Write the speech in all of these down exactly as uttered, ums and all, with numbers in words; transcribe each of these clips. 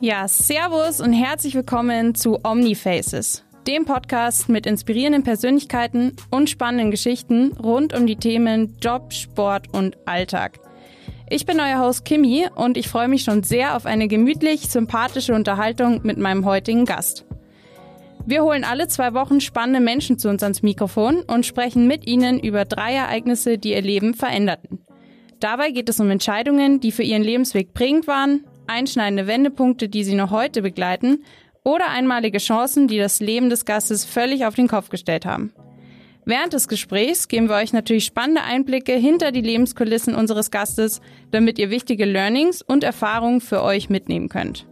Ja, servus und herzlich willkommen zu Omnifaces, dem Podcast mit inspirierenden Persönlichkeiten und spannenden Geschichten rund um die Themen Job, Sport und Alltag. Ich bin euer Host Kimi und ich freue mich schon sehr auf eine gemütlich sympathische Unterhaltung mit meinem heutigen Gast. Wir holen alle zwei Wochen spannende Menschen zu uns ans Mikrofon und sprechen mit ihnen über drei Ereignisse, die ihr Leben veränderten. Dabei geht es um Entscheidungen, die für ihren Lebensweg prägend waren, einschneidende Wendepunkte, die sie noch heute begleiten, oder einmalige Chancen, die das Leben des Gastes völlig auf den Kopf gestellt haben. Während des Gesprächs geben wir euch natürlich spannende Einblicke hinter die Lebenskulissen unseres Gastes, damit ihr wichtige Learnings und Erfahrungen für euch mitnehmen könnt.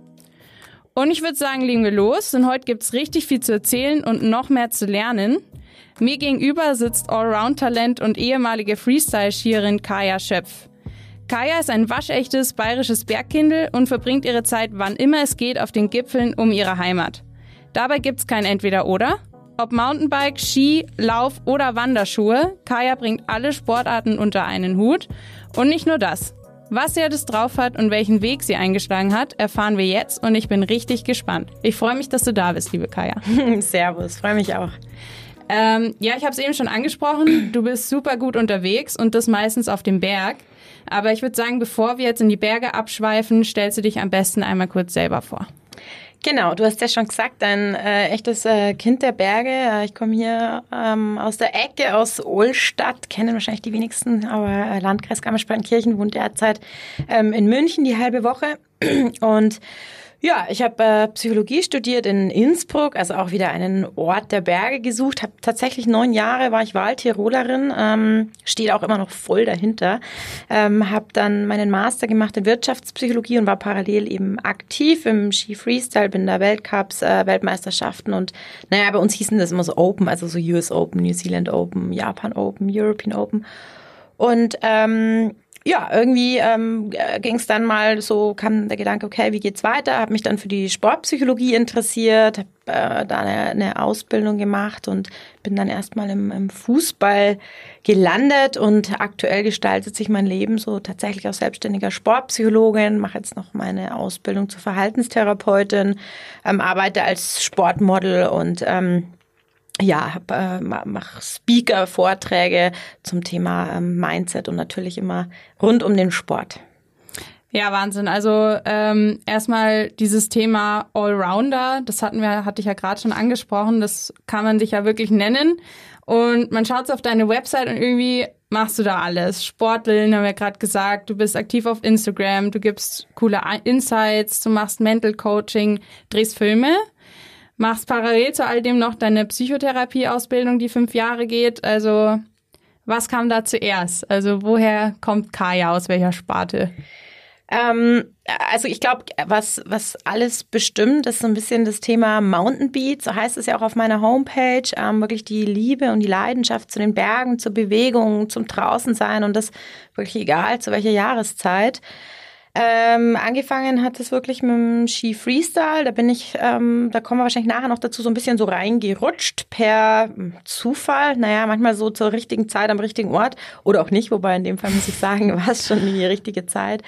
Und ich würde sagen, legen wir los, denn heute gibt's richtig viel zu erzählen und noch mehr zu lernen. Mir gegenüber sitzt Allround-Talent und ehemalige Freestyle-Skierin Kaja Schöpf. Kaja ist ein waschechtes bayerisches Bergkindl und verbringt ihre Zeit, wann immer es geht, auf den Gipfeln um ihre Heimat. Dabei gibt's kein Entweder-Oder. Ob Mountainbike, Ski, Lauf oder Wanderschuhe, Kaja bringt alle Sportarten unter einen Hut. Und nicht nur das. Was sie alles drauf hat und welchen Weg sie eingeschlagen hat, erfahren wir jetzt und ich bin richtig gespannt. Ich freue mich, dass du da bist, liebe Kaja. Servus, freue mich auch. Ähm, ja, ich habe es eben schon angesprochen, du bist super gut unterwegs und das meistens auf dem Berg. Aber ich würde sagen, bevor wir jetzt in die Berge abschweifen, stellst du dich am besten einmal kurz selber vor. Genau, du hast ja schon gesagt, ein äh, echtes äh, Kind der Berge. Ich komme hier ähm, aus der Ecke, aus Ohlstadt, kennen wahrscheinlich die wenigsten, aber äh, Landkreis Garmisch-Partenkirchen, wohnt derzeit ähm, in München die halbe Woche. Und ja, ich habe äh, Psychologie studiert in Innsbruck, also auch wieder einen Ort der Berge gesucht. Habe tatsächlich neun Jahre, war ich Wahltirolerin, ähm, steht auch immer noch voll dahinter. Ähm, habe dann meinen Master gemacht in Wirtschaftspsychologie und war parallel eben aktiv im Ski-Freestyle, bin da Weltcups, äh, Weltmeisterschaften und naja, bei uns hießen das immer so Open, also so U S Open, New Zealand Open, Japan Open, European Open. Und ähm, ja, irgendwie ähm, ging es dann mal so, kam der Gedanke, okay, wie geht's weiter? Habe mich dann für die Sportpsychologie interessiert, habe äh, da eine, eine Ausbildung gemacht und bin dann erstmal im, im Fußball gelandet und aktuell gestaltet sich mein Leben so tatsächlich als selbstständiger Sportpsychologin, mache jetzt noch meine Ausbildung zur Verhaltenstherapeutin, ähm, arbeite als Sportmodel und ähm, Ja, hab, äh, mach Speaker, Vorträge zum Thema ähm, Mindset und natürlich immer rund um den Sport. Ja, Wahnsinn. Also ähm, erstmal dieses Thema Allrounder, das hatten wir, hatte ich ja gerade schon angesprochen, das kann man dich ja wirklich nennen. Und man schaut auf deine Website und irgendwie machst du da alles. Sporteln, haben wir gerade gesagt, du bist aktiv auf Instagram, du gibst coole Insights, du machst Mental Coaching, drehst Filme. Machst parallel zu all dem noch deine Psychotherapie-Ausbildung, die fünf Jahre geht. Also was kam da zuerst? Also woher kommt Kaja, aus welcher Sparte? Ähm, also ich glaube, was was alles bestimmt, ist so ein bisschen das Thema Mountain Beat. So heißt es ja auch auf meiner Homepage. Ähm, wirklich die Liebe und die Leidenschaft zu den Bergen, zur Bewegung, zum Draußensein und das wirklich egal zu welcher Jahreszeit. Ähm, angefangen hat es wirklich mit dem Ski-Freestyle. Da bin ich, ähm, da kommen wir wahrscheinlich nachher noch dazu, so ein bisschen so reingerutscht per Zufall. Naja, manchmal so zur richtigen Zeit am richtigen Ort oder auch nicht, wobei in dem Fall muss ich sagen, war es schon die richtige Zeit.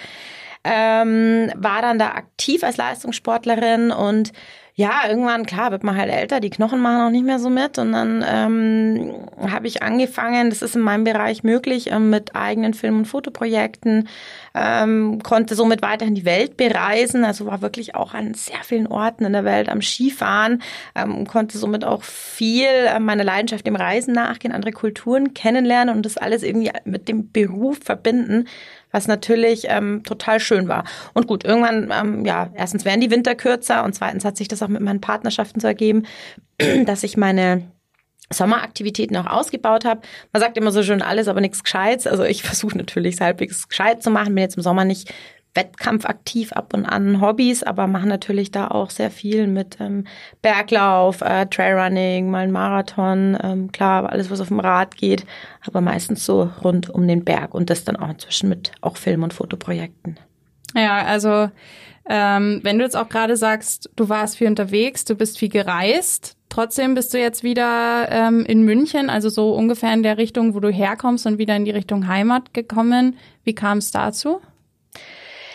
Ähm, war dann da aktiv als Leistungssportlerin und ja, irgendwann, klar, wird man halt älter, die Knochen machen auch nicht mehr so mit und dann ähm, habe ich angefangen, das ist in meinem Bereich möglich, ähm, mit eigenen Film- und Fotoprojekten, ähm, konnte somit weiterhin die Welt bereisen, also war wirklich auch an sehr vielen Orten in der Welt am Skifahren, ähm, konnte somit auch viel äh, meiner Leidenschaft dem Reisen nachgehen, andere Kulturen kennenlernen und das alles irgendwie mit dem Beruf verbinden, was natürlich ähm, total schön war. Und gut, irgendwann, ähm, ja, erstens werden die Winter kürzer und zweitens hat sich das auch mit meinen Partnerschaften so ergeben, dass ich meine Sommeraktivitäten auch ausgebaut habe. Man sagt immer so schön alles, aber nichts Gescheites. Also ich versuche natürlich es halbwegs gescheit zu machen, bin jetzt im Sommer nicht wettkampfaktiv, ab und an Hobbys, aber machen natürlich da auch sehr viel mit ähm, Berglauf, äh, Trailrunning, mal ein Marathon, ähm, klar, alles, was auf dem Rad geht, aber meistens so rund um den Berg und das dann auch inzwischen mit auch Film- und Fotoprojekten. Ja, also ähm, wenn du jetzt auch gerade sagst, du warst viel unterwegs, du bist viel gereist, trotzdem bist du jetzt wieder ähm, in München, also so ungefähr in der Richtung, wo du herkommst und wieder in die Richtung Heimat gekommen. Wie kam es dazu?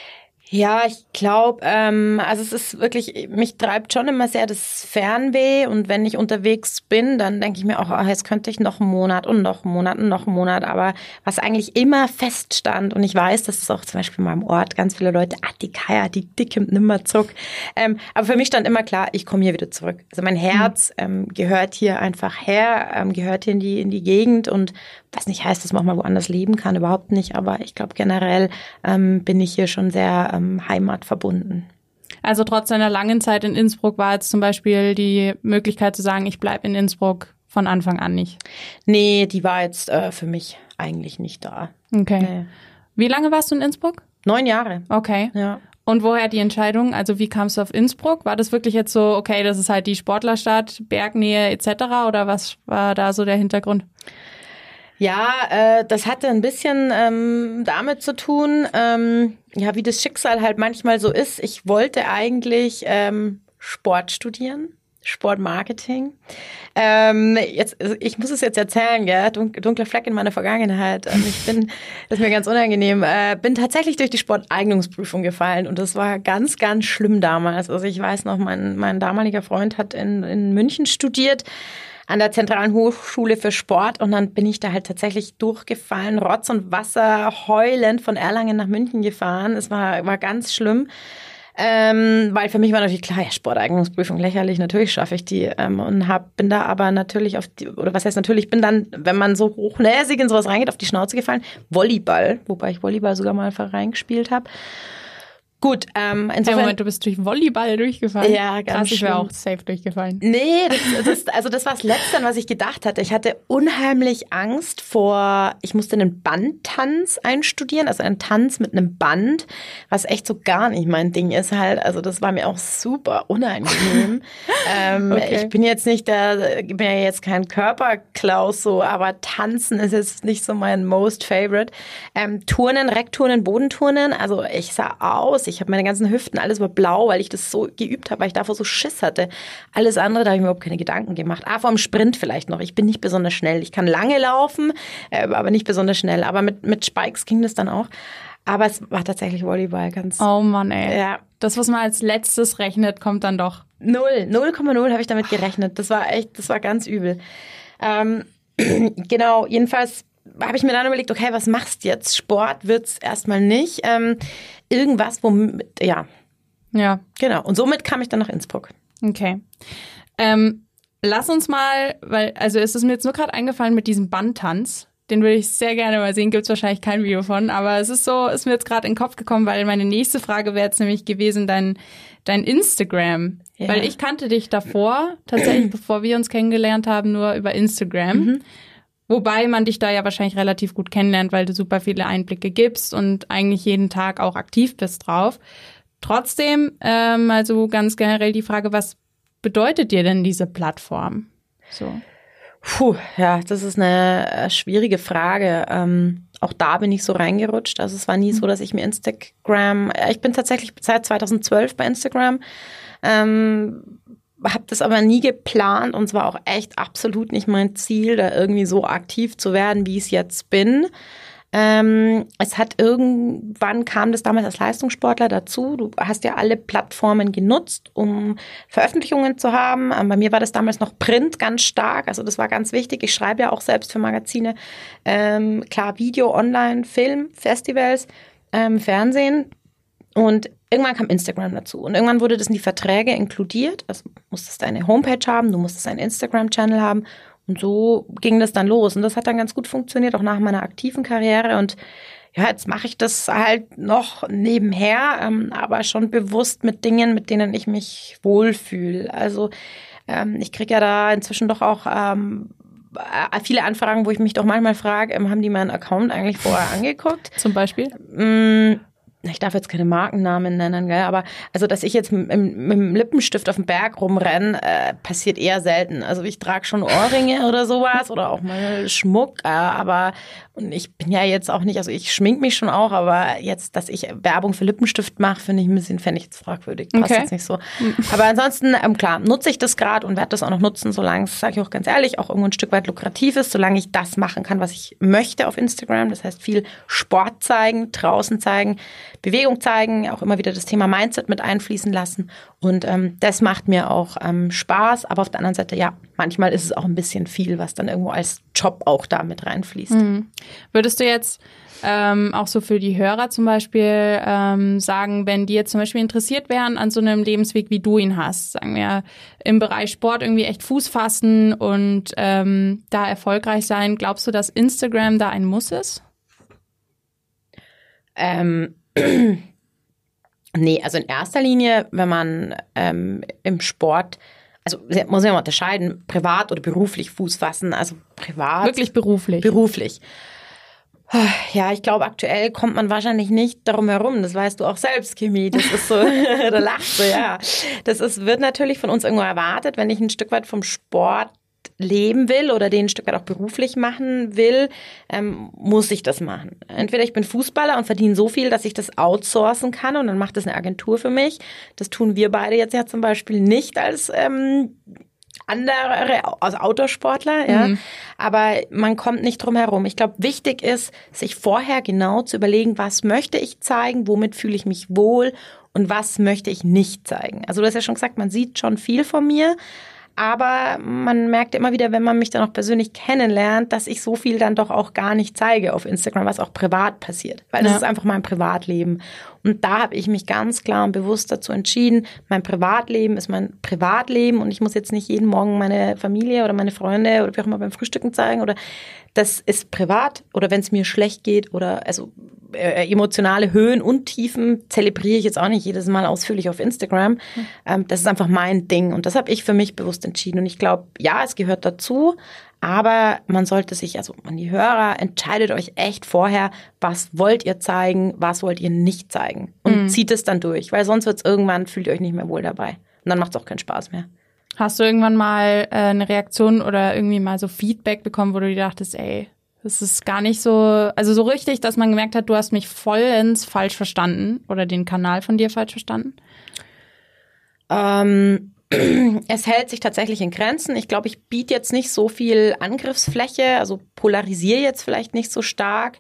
Ja, ich glaube, ähm, also es ist wirklich, mich treibt schon immer sehr das Fernweh und wenn ich unterwegs bin, dann denke ich mir auch, oh, jetzt könnte ich noch einen Monat und noch einen Monat und noch einen Monat, aber was eigentlich immer feststand und ich weiß, dass es auch zum Beispiel in meinem Ort ganz viele Leute, ah, die Kaya, die Dicke mit Nimmerzuck, ähm, aber für mich stand immer klar, ich komme hier wieder zurück. Also mein Herz ähm, gehört hier einfach her, ähm, gehört hier in die, in die Gegend und was nicht heißt, dass man auch mal woanders leben kann, überhaupt nicht, aber ich glaube generell ähm, bin ich hier schon sehr ähm, heimatverbunden. Also trotz deiner langen Zeit in Innsbruck war jetzt zum Beispiel die Möglichkeit zu sagen, ich bleibe in Innsbruck von Anfang an nicht? Nee, die war jetzt äh, für mich eigentlich nicht da. Okay. Nee. Wie lange warst du in Innsbruck? Neun Jahre. Okay. Ja. Und woher die Entscheidung? Also wie kamst du auf Innsbruck? War das wirklich jetzt so, okay, das ist halt die Sportlerstadt, Bergnähe et cetera oder was war da so der Hintergrund? Ja, äh, das hatte ein bisschen ähm, damit zu tun, ähm, ja, wie das Schicksal halt manchmal so ist. Ich wollte eigentlich ähm, Sport studieren, Sportmarketing. Ähm, jetzt, ich muss es jetzt erzählen, gell? Dunkler Fleck in meiner Vergangenheit. Ähm, ich bin, das ist mir ganz unangenehm, äh, bin tatsächlich durch die Sporteignungsprüfung gefallen und das war ganz, ganz schlimm damals. Also ich weiß noch, mein, mein damaliger Freund hat in, in München studiert, an der Zentralen Hochschule für Sport und dann bin ich da halt tatsächlich durchgefallen, Rotz und Wasser, heulend von Erlangen nach München gefahren. Es war, war ganz schlimm, ähm, weil für mich war natürlich klar, ja, Sporteignungsprüfung, lächerlich, natürlich schaffe ich die ähm, und hab, bin da aber natürlich auf die, oder was heißt natürlich, bin dann, wenn man so hochnäsig in sowas reingeht, auf die Schnauze gefallen, Volleyball, wobei ich Volleyball sogar mal Verein gespielt habe. Gut, ähm, insofern. Hey, Moment, du bist durch Volleyball durchgefallen? Ja, ganz Krass, ich wäre auch safe durchgefallen. Nee, das, das, also das war das Letzte, an was ich gedacht hatte. Ich hatte unheimlich Angst vor, ich musste einen Bandtanz einstudieren, also einen Tanz mit einem Band, was echt so gar nicht mein Ding ist halt. Also das war mir auch super unangenehm. ähm, okay. Ich bin jetzt nicht der, ich bin ja jetzt kein Körperklaus so, aber Tanzen ist jetzt nicht so mein most favorite. Ähm, Turnen, Reckturnen, Bodenturnen, also ich sah aus, ich habe meine ganzen Hüften, alles war blau, weil ich das so geübt habe, weil ich davor so Schiss hatte. Alles andere, da habe ich mir überhaupt keine Gedanken gemacht. Ah, vom Sprint vielleicht noch. Ich bin nicht besonders schnell. Ich kann lange laufen, äh, aber nicht besonders schnell. Aber mit, mit Spikes ging das dann auch. Aber es war tatsächlich Volleyball ganz. Oh Mann, ey. Ja. Das, was man als letztes rechnet, kommt dann doch. Null. null Komma null habe ich damit gerechnet. Das war echt, das war ganz übel. Ähm, genau, jedenfalls habe ich mir dann überlegt, okay, was machst du jetzt? Sport wird's erstmal nicht. Ähm, irgendwas, womit, ja. Ja. Genau. Und somit kam ich dann nach Innsbruck. Okay. Ähm, lass uns mal, weil, also es ist mir jetzt nur gerade eingefallen mit diesem Bandtanz. Den würde ich sehr gerne mal sehen. Gibt es wahrscheinlich kein Video von, aber es ist so, ist mir jetzt gerade in den Kopf gekommen, weil meine nächste Frage wäre jetzt nämlich gewesen, dein, dein Instagram. Ja. Weil ich kannte dich davor, tatsächlich, bevor wir uns kennengelernt haben, nur über Instagram. Mhm. Wobei man dich da ja wahrscheinlich relativ gut kennenlernt, weil du super viele Einblicke gibst und eigentlich jeden Tag auch aktiv bist drauf. Trotzdem, ähm, also ganz generell die Frage, was bedeutet dir denn diese Plattform? So. Puh, ja, das ist eine schwierige Frage. Ähm, auch da bin ich so reingerutscht. Also es war nie so, dass ich mir Instagram, ich bin tatsächlich seit zweitausendzwölf bei Instagram, ähm, habe das aber nie geplant und es war auch echt absolut nicht mein Ziel, da irgendwie so aktiv zu werden, wie ich es jetzt bin. Ähm, es hat irgendwann kam das damals als Leistungssportler dazu. Du hast ja alle Plattformen genutzt, um Veröffentlichungen zu haben. Ähm, bei mir war das damals noch Print ganz stark. Also das war ganz wichtig. Ich schreibe ja auch selbst für Magazine. Ähm, klar, Video, Online, Film, Festivals, ähm, Fernsehen. Und irgendwann kam Instagram dazu. Und irgendwann wurde das in die Verträge inkludiert. Also du musstest eine Homepage haben, du musstest einen Instagram-Channel haben. Und so ging das dann los. Und das hat dann ganz gut funktioniert, auch nach meiner aktiven Karriere. Und ja, jetzt mache ich das halt noch nebenher, ähm, aber schon bewusst mit Dingen, mit denen ich mich wohlfühle. Also ähm, ich kriege ja da inzwischen doch auch ähm, viele Anfragen, wo ich mich doch manchmal frage, ähm, haben die meinen Account eigentlich vorher angeguckt? Zum Beispiel? Mm, ich darf jetzt keine Markennamen nennen, gell? Aber also, dass ich jetzt mit, mit dem Lippenstift auf dem Berg rumrenne, äh, passiert eher selten. Also ich trage schon Ohrringe oder sowas oder auch mal Schmuck, äh, aber und ich bin ja jetzt auch nicht, also ich schmink mich schon auch, aber jetzt, dass ich Werbung für Lippenstift mache, finde ich ein bisschen, fände ich jetzt fragwürdig. Passt okay. jetzt nicht so. Aber ansonsten, ähm, klar, nutze ich das gerade und werde das auch noch nutzen, solange es, sage ich auch ganz ehrlich, auch irgendwo ein Stück weit lukrativ ist, solange ich das machen kann, was ich möchte auf Instagram. Das heißt, viel Sport zeigen, draußen zeigen. Bewegung zeigen, auch immer wieder das Thema Mindset mit einfließen lassen. Und ähm, das macht mir auch ähm, Spaß. Aber auf der anderen Seite, ja, manchmal ist es auch ein bisschen viel, was dann irgendwo als Job auch da mit reinfließt. Mhm. Würdest du jetzt ähm, auch so für die Hörer zum Beispiel ähm, sagen, wenn die jetzt zum Beispiel interessiert wären an so einem Lebensweg, wie du ihn hast, sagen wir im Bereich Sport irgendwie echt Fuß fassen und ähm, da erfolgreich sein, glaubst du, dass Instagram da ein Muss ist? Ähm, nee, also in erster Linie, wenn man ähm, im Sport, also muss man ja unterscheiden, privat oder beruflich Fuß fassen, also privat. Wirklich beruflich? Beruflich. Ja, ich glaube, aktuell kommt man wahrscheinlich nicht darum herum. Das weißt du auch selbst, Kimi. Das ist so, da lachst du, ja. Das ist, wird natürlich von uns irgendwo erwartet, wenn ich ein Stück weit vom Sport leben will oder den ein Stück weit auch beruflich machen will, ähm, muss ich das machen. Entweder ich bin Fußballer und verdiene so viel, dass ich das outsourcen kann und dann macht das eine Agentur für mich. Das tun wir beide jetzt ja zum Beispiel nicht als ähm, andere, also Outdoor-Sportler, ja. Mhm. Aber man kommt nicht drum herum. Ich glaube, wichtig ist, sich vorher genau zu überlegen, was möchte ich zeigen, womit fühle ich mich wohl und was möchte ich nicht zeigen. Also du hast ja schon gesagt, man sieht schon viel von mir, aber man merkt immer wieder, wenn man mich dann auch persönlich kennenlernt, dass ich so viel dann doch auch gar nicht zeige auf Instagram, was auch privat passiert. Weil das ja. ist einfach mein Privatleben. Und da habe ich mich ganz klar und bewusst dazu entschieden, mein Privatleben ist mein Privatleben und ich muss jetzt nicht jeden Morgen meine Familie oder meine Freunde oder wie auch immer beim Frühstücken zeigen oder das ist privat oder wenn es mir schlecht geht oder also äh, emotionale Höhen und Tiefen zelebriere ich jetzt auch nicht jedes Mal ausführlich auf Instagram. Mhm. Ähm, das ist einfach mein Ding und das habe ich für mich bewusst entschieden und ich glaube, ja, es gehört dazu, aber man sollte sich, also an die Hörer, entscheidet euch echt vorher, was wollt ihr zeigen, was wollt ihr nicht zeigen und mhm. zieht es dann durch, weil sonst wird es irgendwann, fühlt ihr euch nicht mehr wohl dabei und dann macht es auch keinen Spaß mehr. Hast du irgendwann mal äh, eine Reaktion oder irgendwie mal so Feedback bekommen, wo du dir dachtest, ey, das ist gar nicht so, also so richtig, dass man gemerkt hat, du hast mich vollends falsch verstanden oder den Kanal von dir falsch verstanden? Ähm, es hält sich tatsächlich in Grenzen. Ich glaube, ich biete jetzt nicht so viel Angriffsfläche, also polarisiere jetzt vielleicht nicht so stark.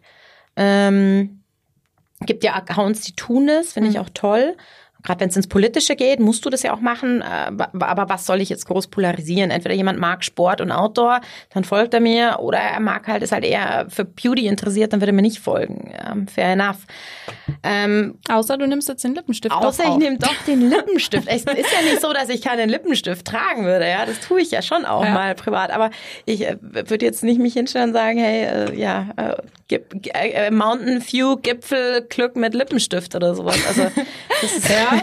Ähm, gibt ja Accounts, die tun das, finde mhm. ich auch toll. Gerade wenn es ins Politische geht, musst du das ja auch machen. Aber was soll ich jetzt groß polarisieren? Entweder jemand mag Sport und Outdoor, dann folgt er mir. Oder er mag halt, ist halt eher für Beauty interessiert, dann wird er mir nicht folgen. Um, fair enough. Ähm, außer du nimmst jetzt den Lippenstift Außer doch ich nehme doch den Lippenstift. Es ist ja nicht so, dass ich keinen Lippenstift tragen würde. Ja, das tue ich ja schon auch ja. mal privat. Aber ich äh, würde jetzt nicht mich hinstellen und sagen, hey, äh, ja, äh, äh, Mountain View, Gipfel, Glück mit Lippenstift oder sowas. Also das ist ja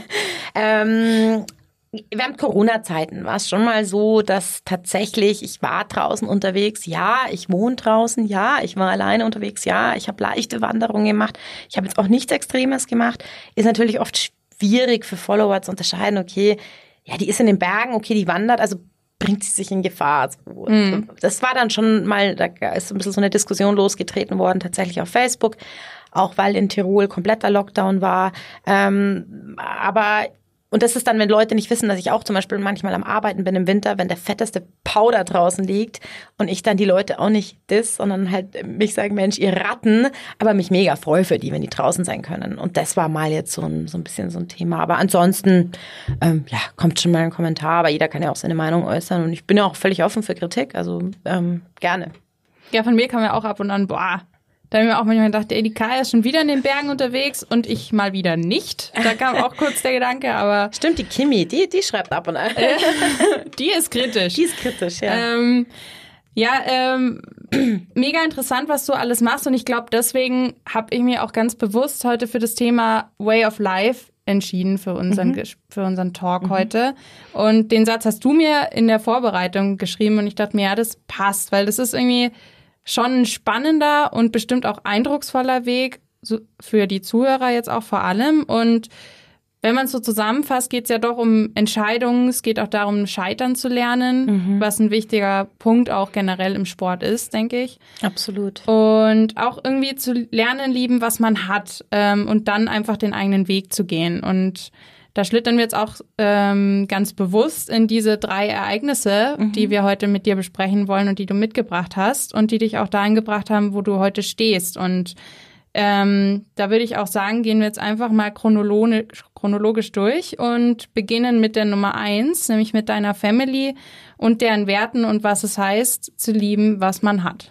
Ähm, während Corona-Zeiten war es schon mal so, dass tatsächlich, ich war draußen unterwegs, ja, ich wohne draußen, ja, ich war alleine unterwegs, ja, ich habe leichte Wanderungen gemacht, ich habe jetzt auch nichts Extremes gemacht, ist natürlich oft schwierig für Follower zu unterscheiden, okay, ja, die ist in den Bergen, okay, die wandert, also bringt sie sich in Gefahr. So. Mhm. Das war dann schon mal, da ist ein bisschen so eine Diskussion losgetreten worden, tatsächlich auf Facebook, auch weil in Tirol kompletter Lockdown war. Ähm, aber, und das ist dann, wenn Leute nicht wissen, dass ich auch zum Beispiel manchmal am Arbeiten bin im Winter, wenn der fetteste Powder draußen liegt und ich dann die Leute auch nicht diss, sondern halt mich sagen, Mensch, ihr Ratten, aber mich mega freue für die, wenn die draußen sein können. Und das war mal jetzt so ein, so ein bisschen so ein Thema. Aber ansonsten, ähm, ja, kommt schon mal ein Kommentar, aber jeder kann ja auch seine Meinung äußern und ich bin ja auch völlig offen für Kritik, also ähm, gerne. Ja, von mir kam ja auch ab und an, boah, da habe ich mir auch manchmal gedacht, ey, die Kaya ist schon wieder in den Bergen unterwegs und ich mal wieder nicht. Da kam auch kurz der Gedanke, aber... Stimmt, die Kimi, die, die schreibt ab und an. Die ist kritisch. Die ist kritisch, ja. Ähm, ja, ähm, mega interessant, was du alles machst und ich glaube, deswegen habe ich mir auch ganz bewusst heute für das Thema Way of Life entschieden für unseren, mhm. für unseren Talk mhm. heute. Und den Satz hast du mir in der Vorbereitung geschrieben und ich dachte mir, ja, das passt, weil das ist irgendwie... schon ein spannender und bestimmt auch eindrucksvoller Weg für die Zuhörer jetzt auch vor allem. Und wenn man es so zusammenfasst, geht es ja doch um Entscheidungen. Es geht auch darum, scheitern zu lernen, mhm. was ein wichtiger Punkt auch generell im Sport ist, denke ich. Absolut. Und auch irgendwie zu lernen, lieben, was man hat ähm, und dann einfach den eigenen Weg zu gehen. Und da schlittern wir jetzt auch ähm, ganz bewusst in diese drei Ereignisse, mhm. die wir heute mit dir besprechen wollen und die du mitgebracht hast und die dich auch dahin gebracht haben, wo du heute stehst. Und Ähm, da würde ich auch sagen, gehen wir jetzt einfach mal chronologisch, chronologisch durch und beginnen mit der Nummer eins, nämlich mit deiner Family und deren Werten und was es heißt, zu lieben, was man hat.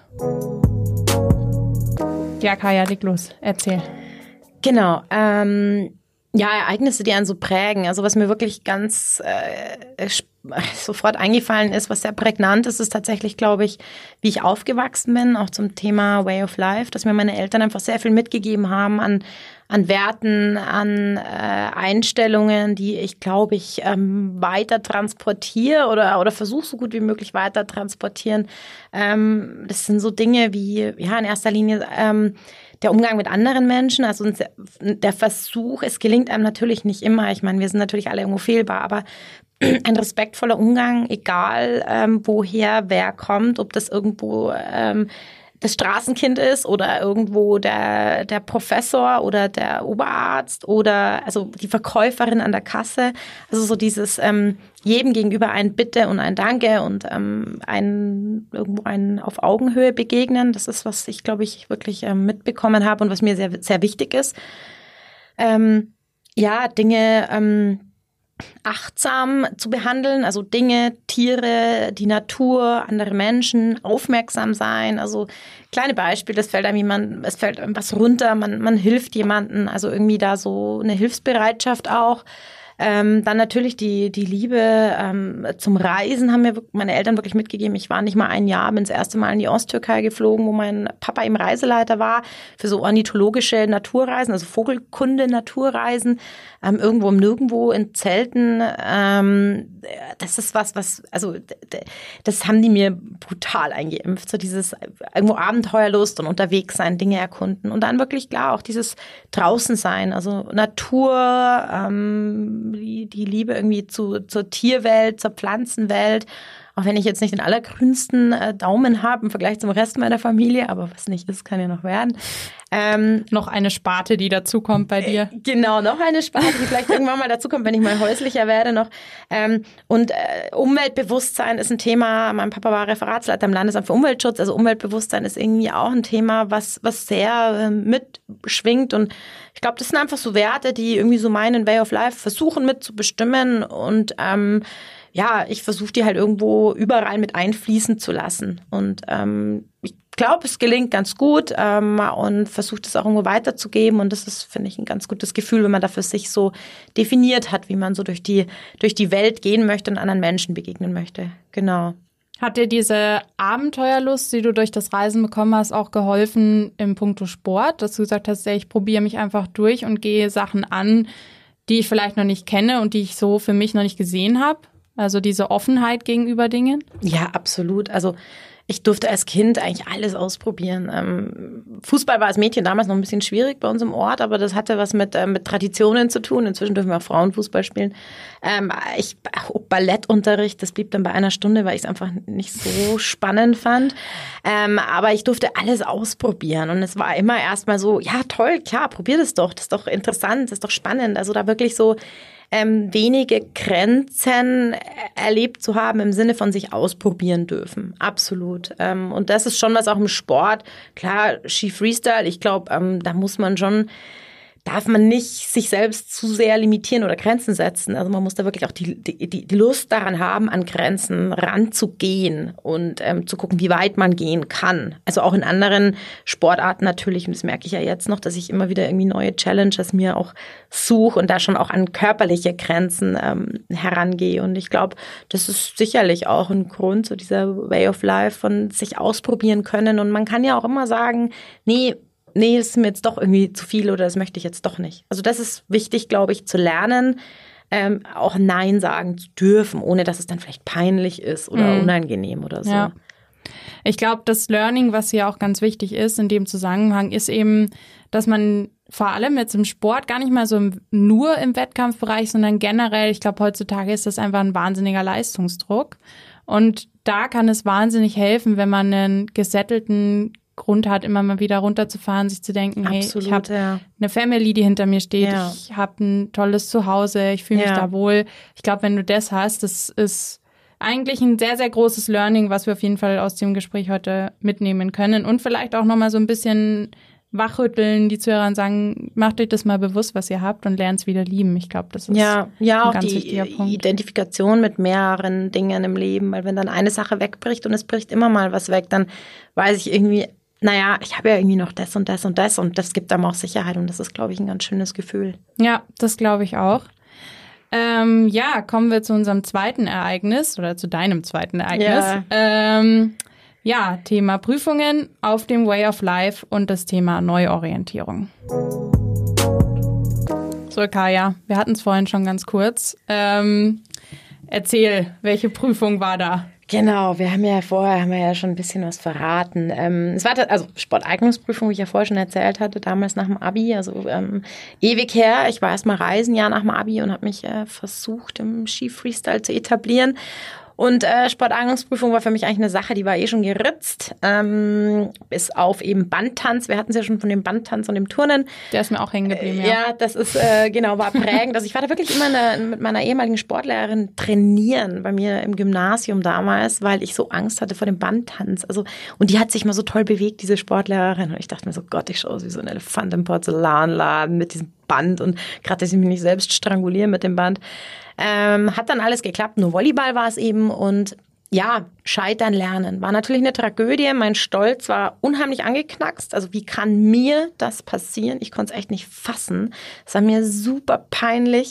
Ja, Kaya, leg los. Erzähl. Genau. Ähm, ja, Ereignisse, die einen so prägen. Also was mir wirklich ganz äh, sofort eingefallen ist, was sehr prägnant ist, ist tatsächlich, glaube ich, wie ich aufgewachsen bin, auch zum Thema Way of Life, dass mir meine Eltern einfach sehr viel mitgegeben haben an an Werten, an äh, Einstellungen, die ich, glaube ich, ähm, weiter transportiere oder oder versuche so gut wie möglich weiter transportieren. Ähm, das sind so Dinge wie, ja, in erster Linie ähm, der Umgang mit anderen Menschen, also der Versuch, es gelingt einem natürlich nicht immer. Ich meine, wir sind natürlich alle irgendwo fehlbar, aber ein respektvoller Umgang, egal ähm, woher wer kommt, ob das irgendwo ähm, das Straßenkind ist oder irgendwo der der Professor oder der Oberarzt oder also die Verkäuferin an der Kasse. Also so dieses ähm, jedem gegenüber ein Bitte und ein Danke und ähm, ein irgendwo ein auf Augenhöhe begegnen. Das ist, was ich, glaube ich, wirklich ähm, mitbekommen habe und was mir sehr sehr wichtig ist. Ähm, ja, Dinge ähm, achtsam zu behandeln, also Dinge, Tiere, die Natur, andere Menschen, aufmerksam sein, also kleine Beispiele, das fällt einem jemand, es fällt einem was runter, man, man hilft jemandem, also irgendwie da so eine Hilfsbereitschaft auch. Ähm, dann natürlich die die Liebe ähm, zum Reisen haben mir meine Eltern wirklich mitgegeben. Ich war nicht mal ein Jahr, bin das erste Mal in die Osttürkei geflogen, wo mein Papa eben Reiseleiter war für so ornithologische Naturreisen, also Vogelkunde-Naturreisen, ähm, irgendwo im Nirgendwo in Zelten. Ähm, das ist was, was also das haben die mir brutal eingeimpft, so dieses irgendwo Abenteuerlust und unterwegs sein, Dinge erkunden und dann wirklich klar auch dieses draußen sein, also Natur. Ähm, Die, die Liebe irgendwie zu, zur Tierwelt, zur Pflanzenwelt. Auch wenn ich jetzt nicht den allergrünsten äh, Daumen habe im Vergleich zum Rest meiner Familie, aber was nicht ist, kann ja noch werden. Ähm, noch eine Sparte, die dazukommt bei dir. Äh, genau, noch eine Sparte, die vielleicht irgendwann mal dazukommt, wenn ich mal häuslicher werde noch. Ähm, und äh, Umweltbewusstsein ist ein Thema. Mein Papa war Referatsleiter im Landesamt für Umweltschutz. Also Umweltbewusstsein ist irgendwie auch ein Thema, was, was sehr äh, mitschwingt. Und ich glaube, das sind einfach so Werte, die irgendwie so meinen Way of Life versuchen mitzubestimmen. Und ähm, ja, ich versuche die halt irgendwo überall mit einfließen zu lassen. Und ähm, ich glaube, es gelingt ganz gut ähm, und versucht es auch irgendwo weiterzugeben. Und das ist, finde ich, ein ganz gutes Gefühl, wenn man dafür sich so definiert hat, wie man so durch die, durch die Welt gehen möchte und anderen Menschen begegnen möchte. Genau. Hat dir diese Abenteuerlust, die du durch das Reisen bekommen hast, auch geholfen im Puncto Sport, dass du gesagt hast, ja, ich probiere mich einfach durch und gehe Sachen an, die ich vielleicht noch nicht kenne und die ich so für mich noch nicht gesehen habe? Also diese Offenheit gegenüber Dingen? Ja, absolut. Also ich durfte als Kind eigentlich alles ausprobieren. Ähm, Fußball war als Mädchen damals noch ein bisschen schwierig bei uns im Ort, aber das hatte was mit, äh, mit Traditionen zu tun. Inzwischen dürfen wir auch Frauenfußball spielen. Ähm, ich, Ballettunterricht, das blieb dann bei einer Stunde, weil ich es einfach nicht so spannend fand. Ähm, aber ich durfte alles ausprobieren und es war immer erstmal so, ja toll, klar, probier das doch, das ist doch interessant, das ist doch spannend. Also da wirklich so Ähm, wenige Grenzen erlebt zu haben im Sinne von sich ausprobieren dürfen. Absolut. Ähm, und das ist schon was auch im Sport. Klar, Ski Freestyle, ich glaube, ähm, da muss man schon, darf man nicht sich selbst zu sehr limitieren oder Grenzen setzen. Also man muss da wirklich auch die, die, die Lust daran haben, an Grenzen ranzugehen und ähm, zu gucken, wie weit man gehen kann. Also auch in anderen Sportarten natürlich. Und das merke ich ja jetzt noch, dass ich immer wieder irgendwie neue Challenges mir auch suche und da schon auch an körperliche Grenzen ähm, herangehe. Und ich glaube, das ist sicherlich auch ein Grund, so dieser Way of Life von sich ausprobieren können. Und man kann ja auch immer sagen, nee, nee, das ist mir jetzt doch irgendwie zu viel oder das möchte ich jetzt doch nicht. Also das ist wichtig, glaube ich, zu lernen, ähm, auch Nein sagen zu dürfen, ohne dass es dann vielleicht peinlich ist oder mhm. unangenehm oder so. Ja. Ich glaube, das Learning, was ja auch ganz wichtig ist in dem Zusammenhang, ist eben, dass man vor allem jetzt im Sport gar nicht mal so im, nur im Wettkampfbereich, sondern generell, ich glaube, heutzutage ist das einfach ein wahnsinniger Leistungsdruck. Und da kann es wahnsinnig helfen, wenn man einen gesettelten Grund hat, immer mal wieder runterzufahren, sich zu denken, hey, Absolut, ich habe ja. eine Family, die hinter mir steht, ja. ich habe ein tolles Zuhause, ich fühle mich ja. da wohl. Ich glaube, wenn du das hast, das ist eigentlich ein sehr, sehr großes Learning, was wir auf jeden Fall aus dem Gespräch heute mitnehmen können und vielleicht auch nochmal so ein bisschen wachrütteln, die Zuhörer sagen, macht euch das mal bewusst, was ihr habt und lernt es wieder lieben. Ich glaube, das ist ja, ja, ein auch ganz die wichtiger Punkt. Identifikation mit mehreren Dingen im Leben, weil wenn dann eine Sache wegbricht und es bricht immer mal was weg, dann weiß ich irgendwie, naja, ich habe ja irgendwie noch das und das und das und das gibt einem auch Sicherheit und das ist, glaube ich, ein ganz schönes Gefühl. Ja, das glaube ich auch. Ähm, ja, kommen wir zu unserem zweiten Ereignis oder zu deinem zweiten Ereignis. Ja. Ähm, ja, Thema Prüfungen auf dem Way of Life und das Thema Neuorientierung. So, Kaya, wir hatten es vorhin schon ganz kurz. Ähm, erzähl, welche Prüfung war da? Genau, wir haben ja vorher haben wir ja schon ein bisschen was verraten. Ähm, es war da, also Sporteignungsprüfung, wie ich ja vorher schon erzählt hatte, damals nach dem Abi, also ähm, ewig her. Ich war erst mal reisen, ja, nach dem Abi und habe mich äh, versucht, im Ski-Freestyle zu etablieren. Und äh, Sporteignungsprüfung war für mich eigentlich eine Sache, die war eh schon geritzt, ähm, bis auf eben Bandtanz. Wir hatten es ja schon von dem Bandtanz und dem Turnen. Der ist mir auch hängen geblieben, ja. Ja, das ist, äh, genau, war prägend. Also ich war da wirklich immer eine, mit meiner ehemaligen Sportlehrerin trainieren bei mir im Gymnasium damals, weil ich so Angst hatte vor dem Bandtanz. Also, und die hat sich mal so toll bewegt, diese Sportlehrerin. Und ich dachte mir so, Gott, ich schaue aus wie so ein Elefant im Porzellanladen mit diesem Band und gerade, dass ich mich nicht selbst stranguliere mit dem Band. Ähm, hat dann alles geklappt, nur Volleyball war es eben und ja, scheitern lernen. War natürlich eine Tragödie, mein Stolz war unheimlich angeknackst, also wie kann mir das passieren? Ich konnte es echt nicht fassen, es war mir super peinlich,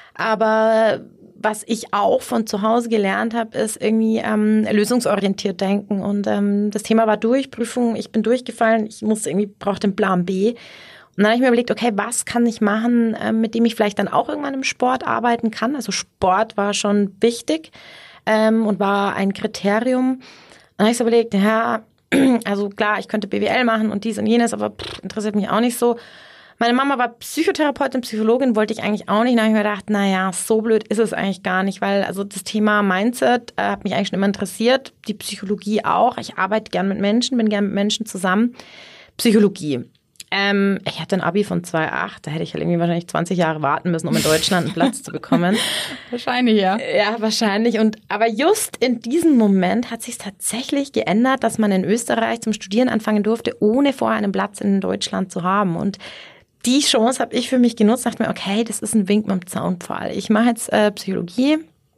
aber was ich auch von zu Hause gelernt habe, ist irgendwie ähm, lösungsorientiert denken und ähm, das Thema war durch, Prüfung, ich bin durchgefallen, ich musste irgendwie, brauchte einen Plan B. Und dann habe ich mir überlegt, okay, was kann ich machen, mit dem ich vielleicht dann auch irgendwann im Sport arbeiten kann? Also Sport war schon wichtig ähm, und war ein Kriterium. Dann habe ich so überlegt, ja, also klar, ich könnte B W L machen und dies und jenes, aber pff, interessiert mich auch nicht so. Meine Mama war Psychotherapeutin, Psychologin, wollte ich eigentlich auch nicht. Dann habe ich mir gedacht, naja, so blöd ist es eigentlich gar nicht, weil also das Thema Mindset äh, hat mich eigentlich schon immer interessiert, die Psychologie auch. Ich arbeite gern mit Menschen, bin gern mit Menschen zusammen. Psychologie. Ähm, ich hatte ein Abi von zwei Komma acht, da hätte ich halt irgendwie wahrscheinlich zwanzig Jahre warten müssen, um in Deutschland einen Platz zu bekommen. Wahrscheinlich, ja. Ja, wahrscheinlich. Und aber just in diesem Moment hat sich tatsächlich geändert, dass man in Österreich zum Studieren anfangen durfte, ohne vorher einen Platz in Deutschland zu haben. Und die Chance habe ich für mich genutzt, dachte mir, okay, das ist ein Wink mit dem Zaunpfahl. Ich mache jetzt äh, Psychologie.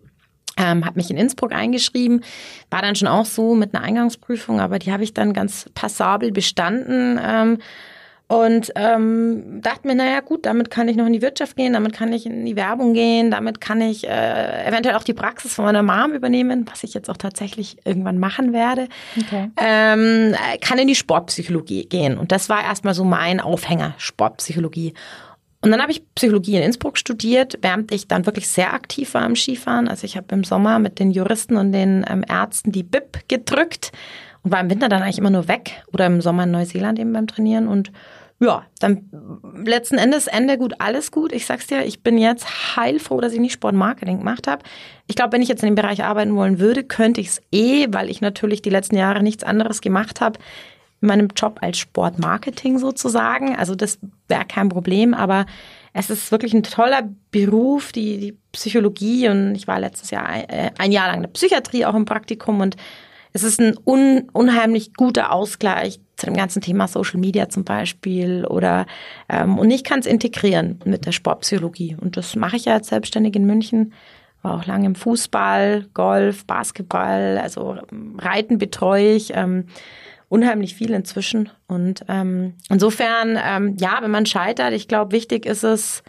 Ähm, habe mich in Innsbruck eingeschrieben, war dann schon auch so mit einer Eingangsprüfung, aber die habe ich dann ganz passabel bestanden. Ähm, Und ähm, dachte mir, naja gut, damit kann ich noch in die Wirtschaft gehen, damit kann ich in die Werbung gehen, damit kann ich äh, eventuell auch die Praxis von meiner Mom übernehmen, was ich jetzt auch tatsächlich irgendwann machen werde. Okay. Ähm, kann in die Sportpsychologie gehen. Und das war erstmal so mein Aufhänger, Sportpsychologie. Und dann habe ich Psychologie in Innsbruck studiert, während ich dann wirklich sehr aktiv war im Skifahren. Also ich habe im Sommer mit den Juristen und den ähm, Ärzten die B I P gedrückt und war im Winter dann eigentlich immer nur weg oder im Sommer in Neuseeland eben beim Trainieren. Und ja, dann letzten Endes Ende gut, alles gut. Ich sag's dir, ich bin jetzt heilfroh, dass ich nicht Sportmarketing gemacht habe. Ich glaube, wenn ich jetzt in dem Bereich arbeiten wollen würde, könnte ich es eh, weil ich natürlich die letzten Jahre nichts anderes gemacht habe in meinem Job als Sportmarketing sozusagen. Also das wäre kein Problem, aber es ist wirklich ein toller Beruf, die, die Psychologie. Und ich war letztes Jahr ein, äh, ein Jahr lang in der Psychiatrie auch im Praktikum und es ist ein un, unheimlich guter Ausgleich zu dem ganzen Thema Social Media zum Beispiel oder ähm, und ich kann es integrieren mit der Sportpsychologie und das mache ich ja als selbstständig in München, war auch lange im Fußball, Golf, Basketball, also Reiten betreue ich ähm, unheimlich viel inzwischen und ähm, insofern ähm, ja, wenn man scheitert, ich glaube wichtig ist es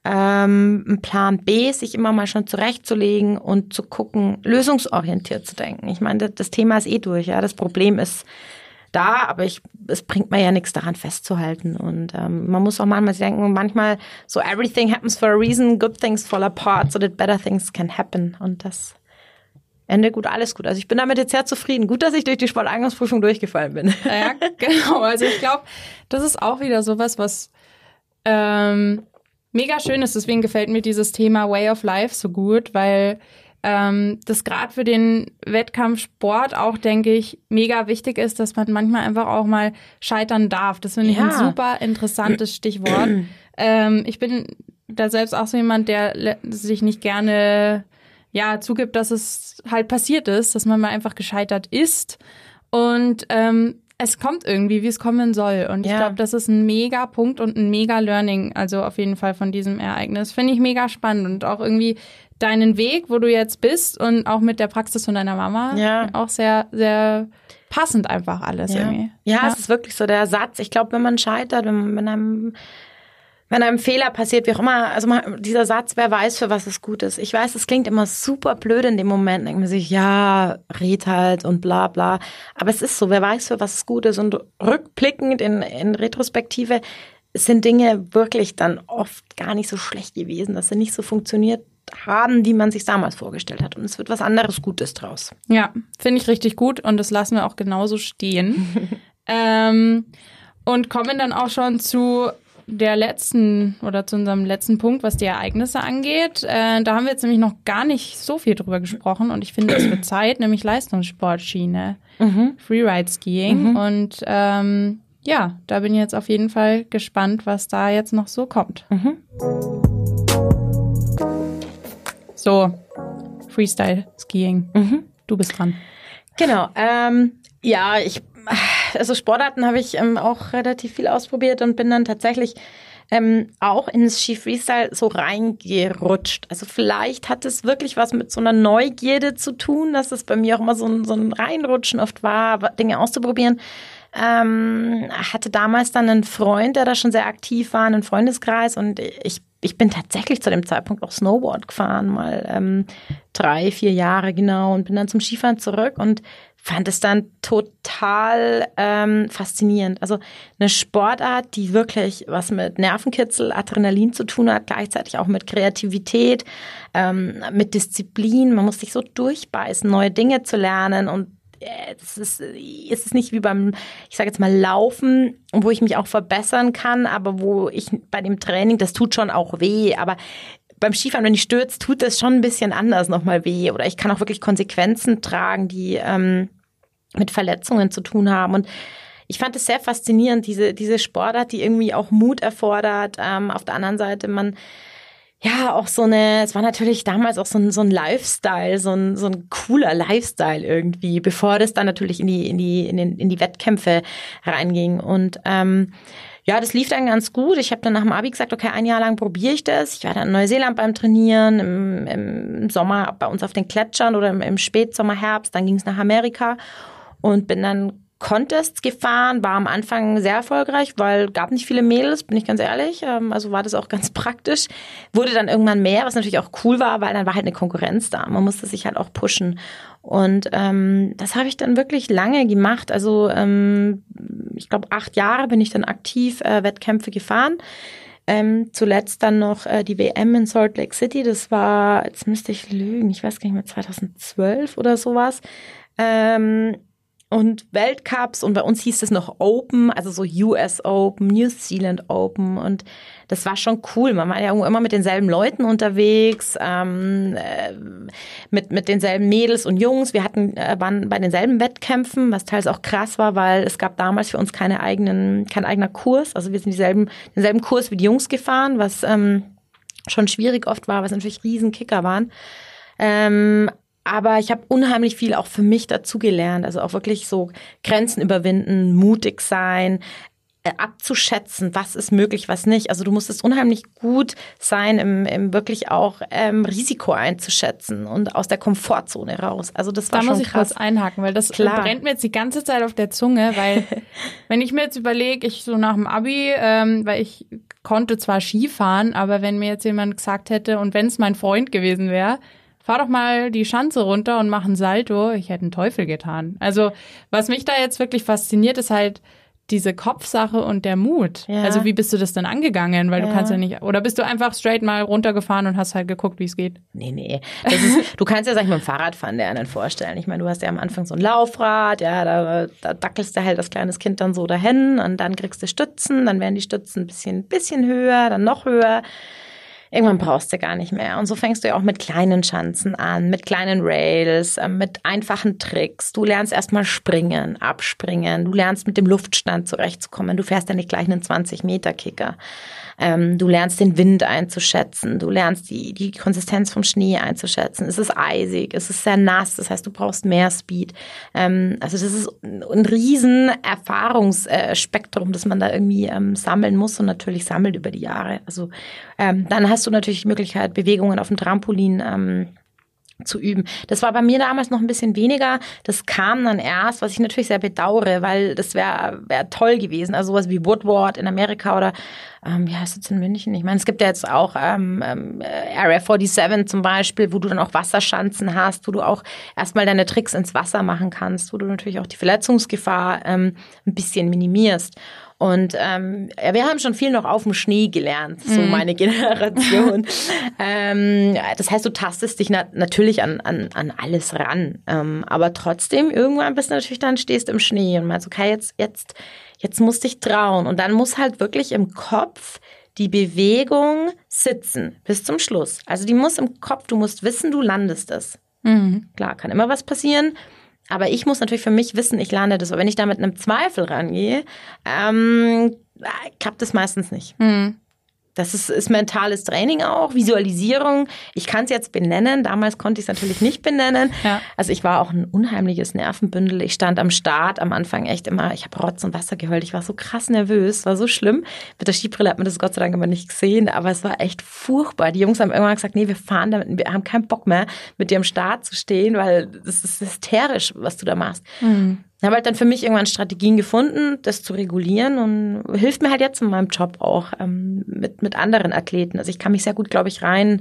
ähm, einen Plan B, sich immer mal schon zurechtzulegen und zu gucken, lösungsorientiert zu denken. Ich meine, das Thema ist eh durch, ja, das Problem ist da, aber ich, es bringt mir ja nichts daran festzuhalten und ähm, man muss auch manchmal denken, manchmal so everything happens for a reason, good things fall apart, so that better things can happen und das Ende gut, alles gut. Also ich bin damit jetzt sehr zufrieden. Gut, dass ich durch die Sporteingangsprüfung durchgefallen bin. Ja, genau. Also ich glaube, das ist auch wieder sowas, was ähm, mega schön ist. Deswegen gefällt mir dieses Thema Way of Life so gut, weil ähm, das gerade für den Wettkampfsport auch, denke ich, mega wichtig ist, dass man manchmal einfach auch mal scheitern darf. Das finde ich ja ein super interessantes Stichwort. ähm, ich bin da selbst auch so jemand, der sich nicht gerne ja zugibt, dass es halt passiert ist, dass man mal einfach gescheitert ist. Und ähm, es kommt irgendwie, wie es kommen soll. Und ich ja. glaube, das ist ein mega Punkt und ein mega Learning, also auf jeden Fall von diesem Ereignis. Finde ich mega spannend und auch irgendwie deinen Weg, wo du jetzt bist und auch mit der Praxis von deiner Mama, ja. auch sehr, sehr passend einfach alles ja. irgendwie. Ja, ja, es ist wirklich so der Satz. Ich glaube, wenn man scheitert, wenn, wenn einem Wenn einem Fehler passiert, wie auch immer, also dieser Satz, wer weiß, für was es gut ist. Ich weiß, es klingt immer super blöd in dem Moment. Denkt man sich, ja, red halt und bla bla. Aber es ist so, wer weiß, für was es gut ist. Und rückblickend in, in Retrospektive sind Dinge wirklich dann oft gar nicht so schlecht gewesen, dass sie nicht so funktioniert haben, wie man sich damals vorgestellt hat. Und es wird was anderes Gutes draus. Ja, finde ich richtig gut und das lassen wir auch genauso stehen. ähm, und kommen dann auch schon zu der letzten oder zu unserem letzten Punkt, was die Ereignisse angeht. Äh, da haben wir jetzt nämlich noch gar nicht so viel drüber gesprochen und ich finde, es wird Zeit, nämlich Leistungssportschiene, mhm. Freeride-Skiing. Mhm. Und ähm, ja, da bin ich jetzt auf jeden Fall gespannt, was da jetzt noch so kommt. Mhm. So, Freestyle-Skiing. Mhm. Du bist dran. Genau. Ähm, ja, ich Also Sportarten habe ich ähm, auch relativ viel ausprobiert und bin dann tatsächlich ähm, auch ins Ski-Freestyle so reingerutscht. Also vielleicht hat es wirklich was mit so einer Neugierde zu tun, dass es bei mir auch immer so ein, so ein Reinrutschen oft war, Dinge auszuprobieren. Ähm, hatte damals dann einen Freund, der da schon sehr aktiv war, einen Freundeskreis und ich Ich bin tatsächlich zu dem Zeitpunkt auch Snowboard gefahren, mal ähm, drei, vier Jahre genau und bin dann zum Skifahren zurück und fand es dann total ähm, faszinierend. Also eine Sportart, die wirklich was mit Nervenkitzel, Adrenalin zu tun hat, gleichzeitig auch mit Kreativität, ähm, mit Disziplin. Man muss sich so durchbeißen, neue Dinge zu lernen und es ist, es ist nicht wie beim, ich sage jetzt mal, Laufen, wo ich mich auch verbessern kann, aber wo ich bei dem Training, das tut schon auch weh, aber beim Skifahren, wenn ich stürze, tut das schon ein bisschen anders nochmal weh oder ich kann auch wirklich Konsequenzen tragen, die ähm, mit Verletzungen zu tun haben und ich fand es sehr faszinierend, diese, diese Sportart, die irgendwie auch Mut erfordert, ähm, auf der anderen Seite man ja, auch so eine, es war natürlich damals auch so ein, so ein Lifestyle, so ein, so ein cooler Lifestyle irgendwie, bevor das dann natürlich in die, in die, in den, in die Wettkämpfe reinging. Und ähm, ja, das lief dann ganz gut. Ich habe dann nach dem Abi gesagt, okay, ein Jahr lang probiere ich das. Ich war dann in Neuseeland beim Trainieren, im, im Sommer bei uns auf den Gletschern oder im, im Spätsommer, Herbst. Dann ging es nach Amerika und bin dann Contests gefahren, war am Anfang sehr erfolgreich, weil gab nicht viele Mädels, bin ich ganz ehrlich, also war das auch ganz praktisch. Wurde dann irgendwann mehr, was natürlich auch cool war, weil dann war halt eine Konkurrenz da. Man musste sich halt auch pushen. Und ähm, das habe ich dann wirklich lange gemacht. Also ähm, ich glaube, acht Jahre bin ich dann aktiv äh, Wettkämpfe gefahren. Ähm, zuletzt dann noch äh, die W M in Salt Lake City. Das war, jetzt müsste ich lügen, ich weiß gar nicht mehr, zweitausendzwölf oder sowas. Ähm, Und Weltcups und bei uns hieß es noch Open, also so U S Open, New Zealand Open und das war schon cool. Man war ja immer mit denselben Leuten unterwegs, ähm, äh, mit mit denselben Mädels und Jungs. Wir hatten äh, waren bei denselben Wettkämpfen, was teils auch krass war, weil es gab damals für uns keine eigenen, kein eigener Kurs. Also wir sind dieselben denselben Kurs wie die Jungs gefahren, was ähm, schon schwierig oft war, was natürlich riesen Kicker waren. Ähm, Aber ich habe unheimlich viel auch für mich dazugelernt. Also auch wirklich so Grenzen überwinden, mutig sein, äh, abzuschätzen, was ist möglich, was nicht. Also du musstest unheimlich gut sein, im, im wirklich auch ähm, Risiko einzuschätzen und aus der Komfortzone raus. Also das war da schon muss ich krass. kurz einhaken, weil das Klar. brennt mir jetzt die ganze Zeit auf der Zunge, weil wenn ich mir jetzt überlege, ich so nach dem Abi, ähm, weil ich konnte zwar Skifahren, aber wenn mir jetzt jemand gesagt hätte und wenn es mein Freund gewesen wäre, fahr doch mal die Schanze runter und mach einen Salto. Ich hätte einen Teufel getan. Also was mich da jetzt wirklich fasziniert, ist halt diese Kopfsache und der Mut. Ja. Also wie bist du das denn angegangen? Weil ja. du kannst ja nicht, oder bist du einfach straight mal runtergefahren und hast halt geguckt, wie es geht? Nee, nee. Das ist, du kannst ja, sag ich mal, mit dem Fahrradfahren der anderen vorstellen. Ich meine, du hast ja am Anfang so ein Laufrad, ja, da, da dackelst du halt das kleines Kind dann so dahin und dann kriegst du Stützen, dann werden die Stützen ein bisschen, bisschen höher, dann noch höher. irgendwann brauchst du gar nicht mehr. Und so fängst du ja auch mit kleinen Schanzen an, mit kleinen Rails, mit einfachen Tricks. Du lernst erstmal springen, abspringen. Du lernst mit dem Luftstand zurechtzukommen. Du fährst ja nicht gleich einen zwanzig-Meter-Kicker. Ähm, du lernst den Wind einzuschätzen. Du lernst die, die Konsistenz vom Schnee einzuschätzen. Es ist eisig, es ist sehr nass. Das heißt, du brauchst mehr Speed. Ähm, also das ist ein riesen Erfahrungsspektrum, das man da irgendwie ähm, sammeln muss und natürlich sammelt über die Jahre. Also ähm, dann hast du natürlich die Möglichkeit, Bewegungen auf dem Trampolin ähm, zu üben. Das war bei mir damals noch ein bisschen weniger. Das kam dann erst, was ich natürlich sehr bedauere, weil das wäre wär toll gewesen. Also sowas wie Woodward in Amerika oder ähm, wie heißt es in München? Ich meine, es gibt ja jetzt auch ähm, ähm, Area siebenundvierzig zum Beispiel, wo du dann auch Wasserschanzen hast, wo du auch erstmal deine Tricks ins Wasser machen kannst, wo du natürlich auch die Verletzungsgefahr ähm, ein bisschen minimierst. Und ähm, ja, wir haben schon viel noch auf dem Schnee gelernt, so mm. meine Generation. ähm, das heißt, du tastest dich na- natürlich an, an, an alles ran. Ähm, aber trotzdem, irgendwann bist du natürlich dann, stehst im Schnee und meinst, okay, jetzt, jetzt, jetzt musst du dich trauen. Und dann muss halt wirklich im Kopf die Bewegung sitzen bis zum Schluss. Also die muss im Kopf, du musst wissen, du landest es. Mm. Klar, kann immer was passieren. Aber ich muss natürlich für mich wissen, ich lande das. Aber wenn ich da mit einem Zweifel rangehe, ähm, klappt das meistens nicht. Mhm. Das ist, ist mentales Training auch, Visualisierung. Ich kann es jetzt benennen. Damals konnte ich es natürlich nicht benennen. Ja. Also ich war auch ein unheimliches Nervenbündel. Ich stand am Start am Anfang echt immer, ich habe Rotz und Wasser geheult. Ich war so krass nervös, war so schlimm. Mit der Skibrille hat man das Gott sei Dank immer nicht gesehen, aber es war echt furchtbar. Die Jungs haben irgendwann gesagt, nee, wir fahren damit, wir haben keinen Bock mehr, mit dir am Start zu stehen, weil das ist hysterisch, was du da machst. Mhm. Ich habe halt dann für mich irgendwann Strategien gefunden, das zu regulieren und hilft mir halt jetzt in meinem Job auch ähm, mit, mit anderen Athleten. Also ich kann mich sehr gut, glaube ich, rein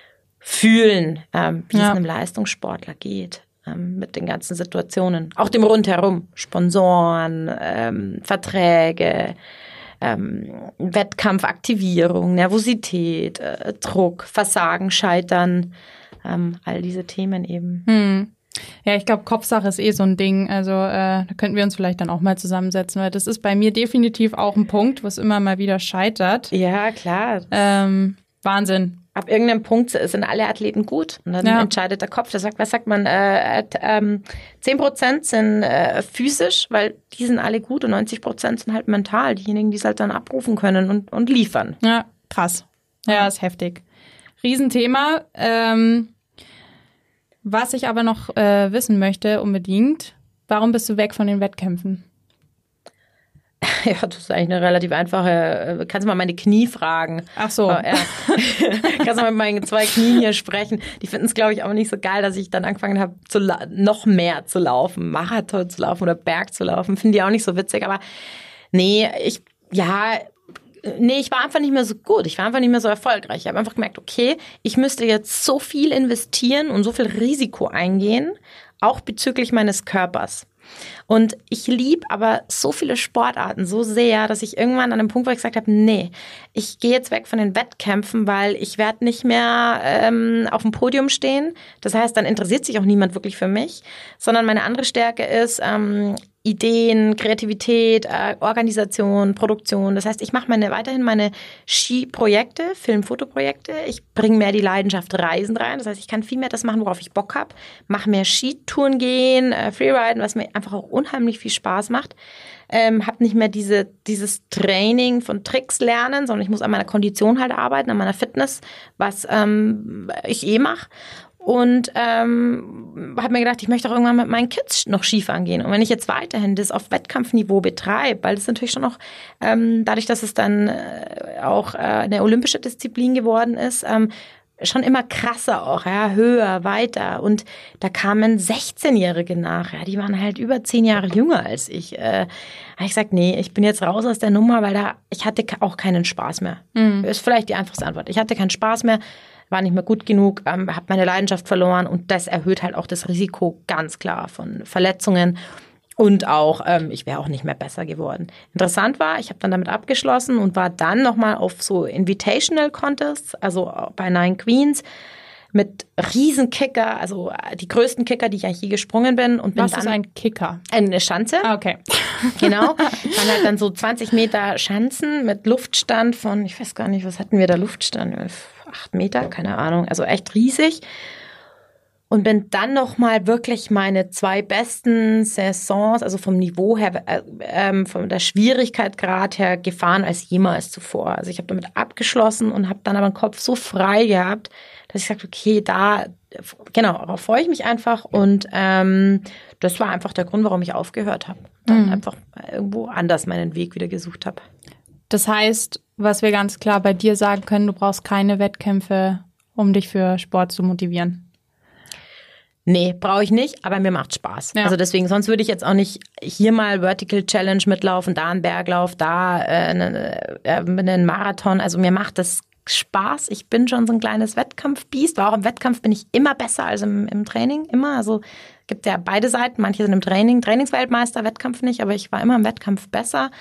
fühlen, ähm, wie ja. es einem Leistungssportler geht ähm, mit den ganzen Situationen. Auch dem Rundherum, Sponsoren, ähm, Verträge, ähm, Wettkampfaktivierung, Nervosität, äh, Druck, Versagen, Scheitern, ähm, all diese Themen eben. Hm. Ja, ich glaube, Kopfsache ist eh so ein Ding. Also äh, da könnten wir uns vielleicht dann auch mal zusammensetzen, weil das ist bei mir definitiv auch ein Punkt, wo es immer mal wieder scheitert. Ja, klar. Ähm, Wahnsinn. Ab irgendeinem Punkt sind alle Athleten gut und dann ja. entscheidet der Kopf. Der sagt, was sagt man, äh, äh, zehn Prozent sind äh, physisch, weil die sind alle gut und neunzig Prozent sind halt mental. Diejenigen, die es halt dann abrufen können und, und liefern. Ja, krass. Ja, ist heftig. Riesenthema. Ähm, Was ich aber noch äh, wissen möchte unbedingt, warum bist du weg von den Wettkämpfen? Ja, das ist eigentlich eine relativ einfache, kannst du mal meine Knie fragen. Ach so. Ja. Kannst du mal mit meinen zwei Knien hier sprechen. Die finden es, glaube ich, auch nicht so geil, dass ich dann angefangen habe, zu la- noch mehr zu laufen, Marathon zu laufen oder Berg zu laufen. Finden die auch nicht so witzig, aber nee, ich, ja... Nee, ich war einfach nicht mehr so gut. Ich war einfach nicht mehr so erfolgreich. Ich habe einfach gemerkt, okay, ich müsste jetzt so viel investieren und so viel Risiko eingehen, auch bezüglich meines Körpers. Und ich liebe aber so viele Sportarten so sehr, dass ich irgendwann an einem Punkt, wo ich gesagt habe, nee, ich gehe jetzt weg von den Wettkämpfen, weil ich werde nicht mehr ähm, auf dem Podium stehen. Das heißt, dann interessiert sich auch niemand wirklich für mich, sondern meine andere Stärke ist ähm, Ideen, Kreativität, äh, Organisation, Produktion. Das heißt, ich mache meine weiterhin meine Skiprojekte, Film-Fotoprojekte. Ich bringe mehr die Leidenschaft Reisen rein. Das heißt, ich kann viel mehr das machen, worauf ich Bock habe. Mache mehr Skitouren gehen, äh, Freeriden, was mir einfach auch unheimlich viel Spaß macht. Ähm, habe nicht mehr diese dieses Training von Tricks lernen, sondern ich muss an meiner Kondition halt arbeiten, an meiner Fitness, was ähm, ich eh mache. Und ähm, habe mir gedacht, ich möchte auch irgendwann mit meinen Kids noch Skifahren gehen. Und wenn ich jetzt weiterhin das auf Wettkampfniveau betreibe, weil das natürlich schon noch, ähm, dadurch, dass es dann äh, auch äh, eine olympische Disziplin geworden ist, ähm, schon immer krasser auch, ja, höher, weiter. Und da kamen sechzehnjährige nach, ja, die waren halt über zehn Jahre jünger als ich. Äh, habe ich gesagt, nee, ich bin jetzt raus aus der Nummer, weil da ich hatte auch keinen Spaß mehr. Mhm. Ist vielleicht die einfachste Antwort. Ich hatte keinen Spaß mehr, war nicht mehr gut genug, ähm, habe meine Leidenschaft verloren und das erhöht halt auch das Risiko ganz klar von Verletzungen. Und auch, ähm, ich wäre auch nicht mehr besser geworden. Interessant war, ich habe dann damit abgeschlossen und war dann nochmal auf so Invitational Contests, also bei Nine Queens, mit riesen Kicker, also die größten Kicker, die ich eigentlich je gesprungen bin. Und bin Was dann ist ein Kicker? Eine Schanze. Ah, okay. Genau. Dann halt dann so zwanzig Meter Schanzen mit Luftstand von, ich weiß gar nicht, was hatten wir da Luftstand? Acht Meter, keine Ahnung. Also echt riesig. Und bin dann nochmal wirklich meine zwei besten Saisons, also vom Niveau her, äh, äh, von der Schwierigkeitsgrad her gefahren als jemals zuvor. Also ich habe damit abgeschlossen und habe dann aber den Kopf so frei gehabt, dass ich sagte, okay, da, genau, darauf freue ich mich einfach. Und ähm, das war einfach der Grund, warum ich aufgehört habe. Dann mhm. einfach irgendwo anders meinen Weg wieder gesucht habe. Das heißt, was wir ganz klar bei dir sagen können, du brauchst keine Wettkämpfe, um dich für Sport zu motivieren. Nee, brauche ich nicht, aber mir macht Spaß. Ja. Also deswegen, sonst würde ich jetzt auch nicht hier mal Vertical Challenge mitlaufen, da einen Berglauf, da äh, eine, äh, einen Marathon. Also mir macht das Spaß. Ich bin schon so ein kleines Wettkampfbiest. War auch im Wettkampf bin ich immer besser als im, im Training, immer. Also gibt ja beide Seiten. Manche sind im Training, Trainingsweltmeister, Wettkampf nicht, aber ich war immer im Wettkampf besser.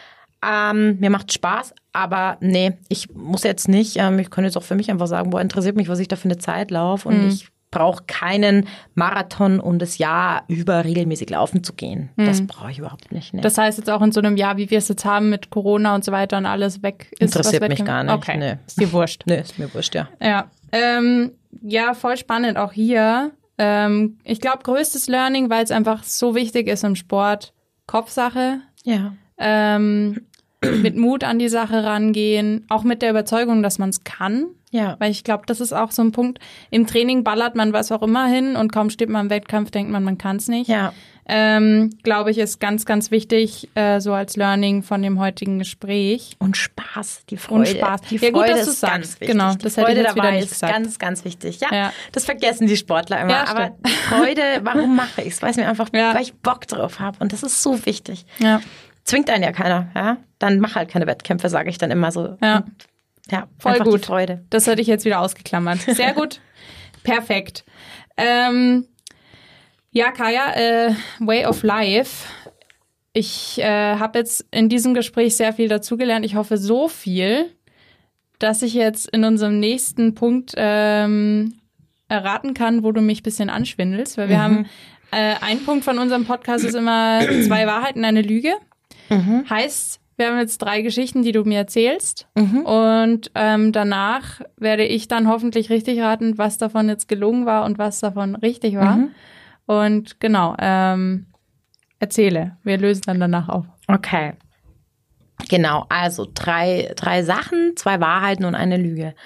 Ähm, mir macht Spaß, aber nee, ich muss jetzt nicht. Ähm, ich könnte jetzt auch für mich einfach sagen, boah, interessiert mich, was ich da für eine Zeit laufe und mhm. ich brauche keinen Marathon, um das Jahr über regelmäßig laufen zu gehen. Mhm. Das brauche ich überhaupt nicht. Nee. Das heißt jetzt auch in so einem Jahr, wie wir es jetzt haben mit Corona und so weiter und alles weg ist. Interessiert was mich gar nicht. Okay, nee. Ist dir wurscht? Nee, ist mir wurscht, ja. Ja, ähm, ja, voll spannend auch hier. Ähm, ich glaube, größtes Learning, weil es einfach so wichtig ist im Sport, Kopfsache. Ja. Ähm, mit Mut an die Sache rangehen, auch mit der Überzeugung, dass man es kann. Ja. Weil ich glaube, das ist auch so ein Punkt. Im Training ballert man was auch immer hin und kaum steht man im Wettkampf, denkt man, man kann es nicht. Ja. Ähm, glaube ich, ist ganz, ganz wichtig, äh, so als Learning von dem heutigen Gespräch. Und Spaß, die Freude. Und Spaß. Die ja, Freude gut, dass ist du ganz sagst. wichtig. Genau, die das Freude hätte ich jetzt dabei wieder nicht ist gesagt. ganz, ganz wichtig. Ja, ja, das vergessen die Sportler immer. Ja, aber die Freude, warum mache ich es? Weil es mir einfach, ja. weil ich Bock drauf habe. Und das ist so wichtig. Ja. Zwingt einen ja keiner. Ja? Dann mach halt keine Wettkämpfe, sage ich dann immer so. Ja. Und ja, voll gut. Die Freude. Das hätte ich jetzt wieder ausgeklammert. Sehr gut. Perfekt. Ähm, ja, Kaya, äh, Way of Life. Ich äh, habe jetzt in diesem Gespräch sehr viel dazugelernt. Ich hoffe so viel, dass ich jetzt in unserem nächsten Punkt ähm, erraten kann, wo du mich ein bisschen anschwindelst. Weil wir mhm. haben, äh, ein Punkt von unserem Podcast ist immer zwei Wahrheiten, eine Lüge. Mhm. Heißt, wir haben jetzt drei Geschichten, die du mir erzählst. Mhm. Und ähm, danach werde ich dann hoffentlich richtig raten, was davon jetzt gelogen war und was davon richtig war. Mhm. Und genau, ähm, erzähle. Wir lösen dann danach auf. Okay. Genau, also drei, drei Sachen, zwei Wahrheiten und eine Lüge.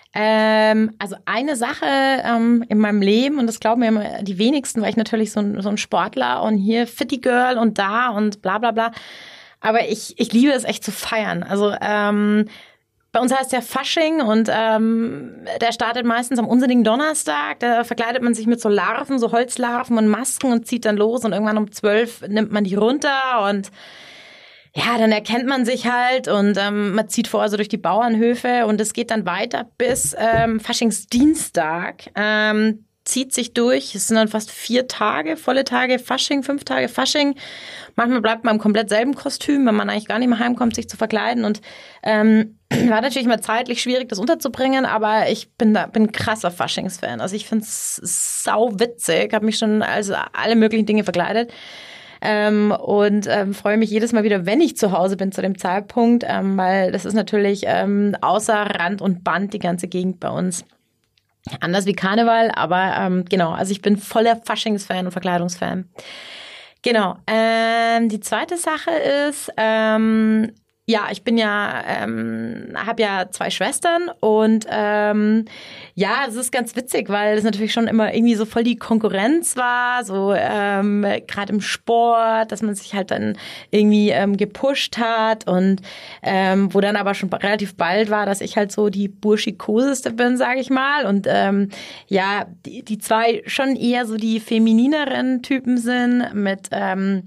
Ähm, also eine Sache ähm, in meinem Leben, und das glauben mir immer die wenigsten, weil ich natürlich so ein, so ein Sportler und hier Fitty Girl und da und bla bla bla. Aber ich, ich liebe es echt zu feiern. Also ähm, bei uns heißt der Fasching und ähm, der startet meistens am unsinnigen Donnerstag. Da verkleidet man sich mit so Larven, so Holzlarven und Masken und zieht dann los. Und irgendwann um zwölf nimmt man die runter und ja, dann erkennt man sich halt und ähm, man zieht vor so durch die Bauernhöfe und es geht dann weiter bis ähm, Faschingsdienstag. Ähm, zieht sich durch. Es sind dann fast vier Tage, volle Tage Fasching, fünf Tage Fasching. Manchmal bleibt man im komplett selben Kostüm, wenn man eigentlich gar nicht mehr heimkommt, sich zu verkleiden. Und ähm, war natürlich immer zeitlich schwierig, das unterzubringen, aber ich bin da bin krasser Faschingsfan. Also ich finde es sau witzig, habe mich schon also alle möglichen Dinge verkleidet. Ähm, und ähm, freue mich jedes Mal wieder, wenn ich zu Hause bin zu dem Zeitpunkt, ähm, weil das ist natürlich ähm, außer Rand und Band die ganze Gegend bei uns. Anders wie Karneval, aber ähm, genau, also ich bin voller Faschingsfan und Verkleidungsfan. Genau, ähm, die zweite Sache ist, ähm, ja, ich bin ja, ähm, habe ja zwei Schwestern und ähm, ja, es ist ganz witzig, weil es natürlich schon immer irgendwie so voll die Konkurrenz war, so ähm, gerade im Sport, dass man sich halt dann irgendwie ähm, gepusht hat und ähm, wo dann aber schon relativ bald war, dass ich halt so die burschikoseste bin, sage ich mal. Und ähm, ja, die, die zwei schon eher so die feminineren Typen sind mit ähm,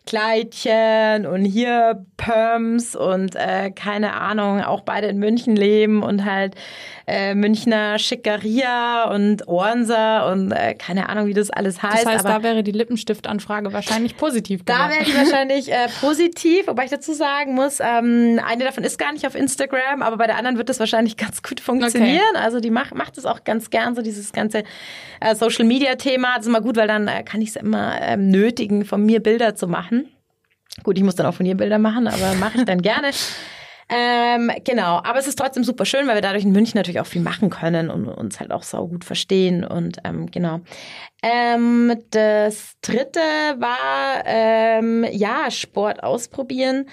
Kleidchen und hier Perms und äh, keine Ahnung, auch beide in München leben und halt äh, Münchner Schickeria und Ohrnser und äh, keine Ahnung, wie das alles heißt. Das heißt, aber da wäre die Lippenstiftanfrage wahrscheinlich positiv da gemacht. wäre die wahrscheinlich äh, positiv, wobei ich dazu sagen muss, ähm, eine davon ist gar nicht auf Instagram, aber bei der anderen wird das wahrscheinlich ganz gut funktionieren. Okay. Also die macht macht es auch ganz gern, so dieses ganze äh, Social-Media-Thema. Das ist immer gut, weil dann äh, kann ich es immer ähm, nötigen, von mir Bilder zu machen. Gut, ich muss dann auch von ihr Bilder machen, aber mache ich dann gerne. Ähm, genau, aber es ist trotzdem super schön, weil wir dadurch in München natürlich auch viel machen können und uns halt auch sau gut verstehen und ähm, genau. Ähm, das dritte war, ähm, ja, Sport ausprobieren.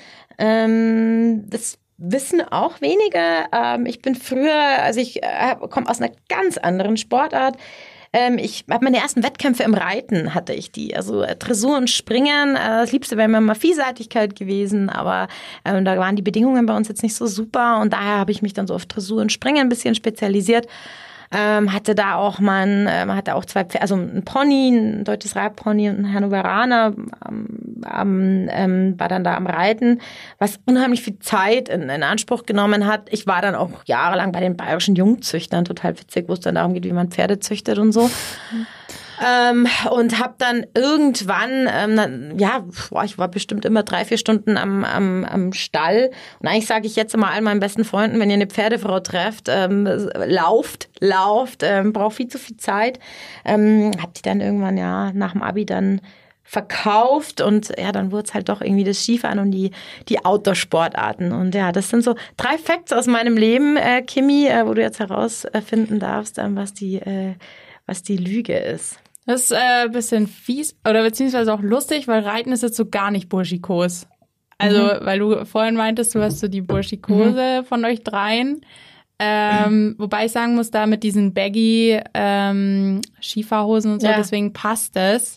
Ähm, das wissen auch wenige. Ähm, ich bin früher, also ich äh, komme aus einer ganz anderen Sportart. Ähm, ich habe meine ersten Wettkämpfe im Reiten, hatte ich die. Also äh, Dressur und Springen, äh, das Liebste wäre mir mal Vielseitigkeit gewesen, aber ähm, da waren die Bedingungen bei uns jetzt nicht so super und daher habe ich mich dann so auf Dressur und Springen ein bisschen spezialisiert. Ähm, hatte da auch mal, ein, man hatte auch zwei Pferde, also ein Pony, ein deutsches Reitpony und ein Hannoveraner, ähm, ähm, war dann da am Reiten, was unheimlich viel Zeit in, in Anspruch genommen hat. Ich war dann auch jahrelang bei den bayerischen Jungzüchtern, total witzig, wo es dann darum geht, wie man Pferde züchtet und so. Mhm. Ähm, und habe dann irgendwann, ähm, ja, boah, ich war bestimmt immer drei, vier Stunden am, am, am Stall. Und eigentlich sage ich jetzt immer all meinen besten Freunden, wenn ihr eine Pferdefrau trefft, ähm, lauft, lauft, ähm, braucht viel zu viel Zeit. Ähm, hab die dann irgendwann, ja, nach dem Abi dann verkauft und ja, dann wurde es halt doch irgendwie das Skifahren und die, die Outdoor-Sportarten. Und ja, das sind so drei Facts aus meinem Leben, äh, Kimi, äh, wo du jetzt herausfinden darfst, äh, was die, äh, was die Lüge ist. Das ist äh, ein bisschen fies oder beziehungsweise auch lustig, weil Reiten ist jetzt so gar nicht burschikos. Also, mhm. weil du vorhin meintest, du hast so die Burschikose mhm. von euch dreien. Ähm, mhm. Wobei ich sagen muss, da mit diesen baggy ähm, Skifahrhosen und so, ja. deswegen passt es.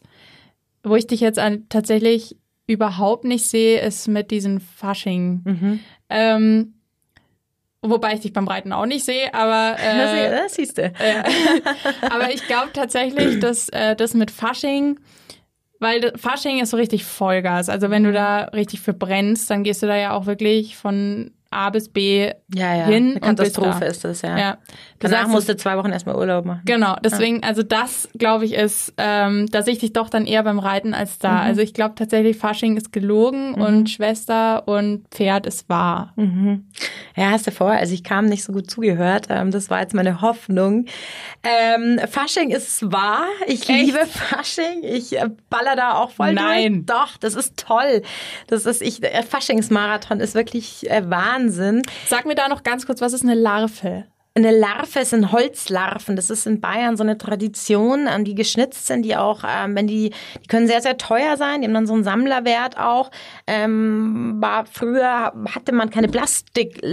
Wo ich dich jetzt an, tatsächlich überhaupt nicht sehe, ist mit diesen Fasching. Mhm. Ähm, Wobei ich dich beim Reiten auch nicht sehe, aber äh, das siehst du. Äh, aber ich glaube tatsächlich, dass äh, das mit Fasching, weil Fasching ist so richtig Vollgas. Also wenn du da richtig für brennst, dann gehst du da ja auch wirklich von A bis B ja, ja. hin. Eine Katastrophe und da. ist das, ja. ja. Du Danach sagst, musst du zwei Wochen erstmal Urlaub machen. Genau, deswegen, ja. also das, glaube ich, ist, ähm, da sehe ich dich doch dann eher beim Reiten als da. Mhm. Also ich glaube tatsächlich, Fasching ist gelogen mhm. und Schwester und Pferd ist wahr. Mhm. Ja, hast du vorher, also ich kam nicht so gut zugehört, ähm, das war jetzt meine Hoffnung. Ähm, Fasching ist wahr, ich Echt? liebe Fasching, ich äh, baller da auch voll Nein. durch. Doch, das ist toll. Das ist, ich, der Faschingsmarathon ist wirklich äh, Wahnsinn. Sag mir da noch ganz kurz, was ist eine Larve? Eine Larve sind Holzlarven. Das ist in Bayern so eine Tradition, die geschnitzt sind, die auch, ähm, wenn die, die können sehr, sehr teuer sein. Die haben dann so einen Sammlerwert auch. Ähm, war früher hatte man keine Plastik,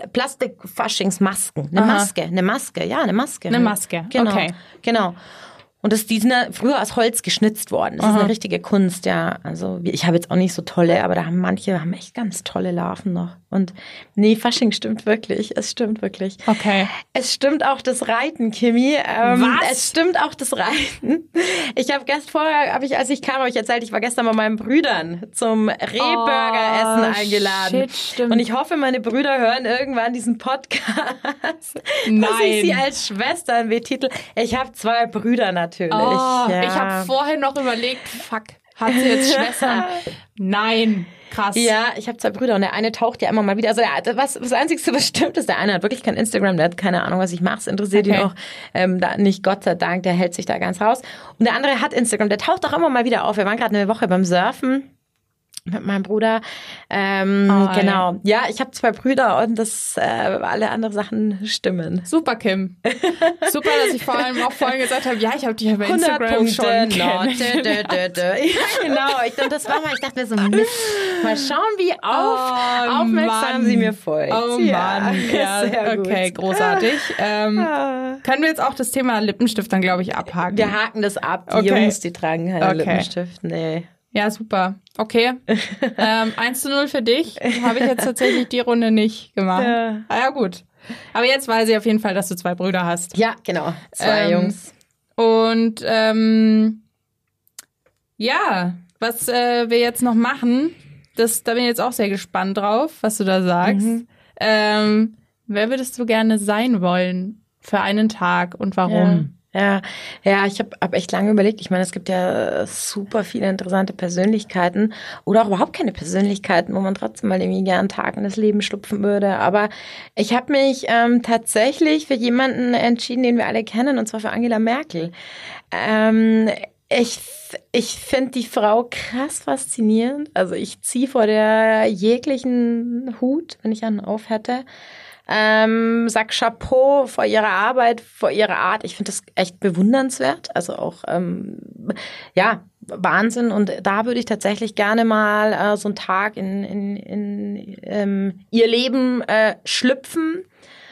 Plastik-Faschingsmasken. Eine Aha. Maske, eine Maske, ja, eine Maske. Eine Maske, genau, okay. Genau. Und das, die sind ja früher aus Holz geschnitzt worden. Das Aha. ist eine richtige Kunst, ja. Also ich habe jetzt auch nicht so tolle, aber da haben manche haben echt ganz tolle Larven noch. Und nee, Fasching stimmt wirklich. Es stimmt wirklich. Okay. Es stimmt auch das Reiten, Kimi. Ähm, Was? Es stimmt auch das Reiten. Ich habe gestern vorher, habe ich, als ich kam, habe ich erzählt, ich war gestern bei meinen Brüdern zum Rehburger-Essen oh, eingeladen. Shit, stimmt. Und ich hoffe, meine Brüder hören irgendwann diesen Podcast. Nein. Dass ich sie als Schwestern betitel. Ich habe zwei Brüder natürlich. Natürlich. Oh, ja. Ich habe vorhin noch überlegt, fuck, hat sie jetzt Schwestern? Nein, krass. Ja, ich habe zwei Brüder und der eine taucht ja immer mal wieder. Also der, was das Einzige, was stimmt, ist, der eine hat wirklich kein Instagram, der hat keine Ahnung, was ich mache, es interessiert okay. ihn auch ähm, da nicht, Gott sei Dank, der hält sich da ganz raus. Und der andere hat Instagram, der taucht auch immer mal wieder auf. Wir waren gerade eine Woche beim Surfen mit meinem Bruder. Ähm, oh, genau. Ja, ich habe zwei Brüder und das äh, alle andere Sachen stimmen. Super, Kim. Super, dass ich vor allem auch vorhin gesagt habe, ja, ich habe dich ja bei Instagram Punkte, schon kennengelernt. Ja, genau. Ich, und das war mal, ich dachte mir so, Mist, mal schauen, wie auf, oh, aufmerksam Mann. sie mir folgt. Oh ja, Mann. Ja, sehr okay, gut. Großartig. Ähm, ah. Können wir jetzt auch das Thema Lippenstift dann, glaube ich, abhaken? Wir haken das ab. Die okay. Jungs, die tragen keine okay. Lippenstift. Nee. Ja, super. Okay. ähm, eins zu null für dich. Habe ich jetzt tatsächlich die Runde nicht gemacht. Ja. Ah ja, gut. Aber jetzt weiß ich auf jeden Fall, dass du zwei Brüder hast. Ja, genau. Zwei ähm, Jungs. Und ähm, ja, was äh, wir jetzt noch machen, das, da bin ich jetzt auch sehr gespannt drauf, was du da sagst. Mhm. Ähm, wer würdest du gerne sein wollen für einen Tag und warum? Ja, ja, ja ich habe hab echt lange überlegt. Ich meine, es gibt ja super viele interessante Persönlichkeiten oder auch überhaupt keine Persönlichkeiten, wo man trotzdem mal irgendwie gern einen Tag in das Leben schlüpfen würde. Aber ich habe mich ähm, tatsächlich für jemanden entschieden, den wir alle kennen, und zwar für Angela Merkel. Ähm, ich ich finde die Frau krass faszinierend. Also ich ziehe vor der jeglichen Hut, wenn ich einen auf hätte. Ähm, sag Chapeau vor ihrer Arbeit, vor ihrer Art. Ich finde das echt bewundernswert. Also auch, ähm, ja, Wahnsinn. Und da würde ich tatsächlich gerne mal äh, so einen Tag in, in, in ähm, ihr Leben äh, schlüpfen.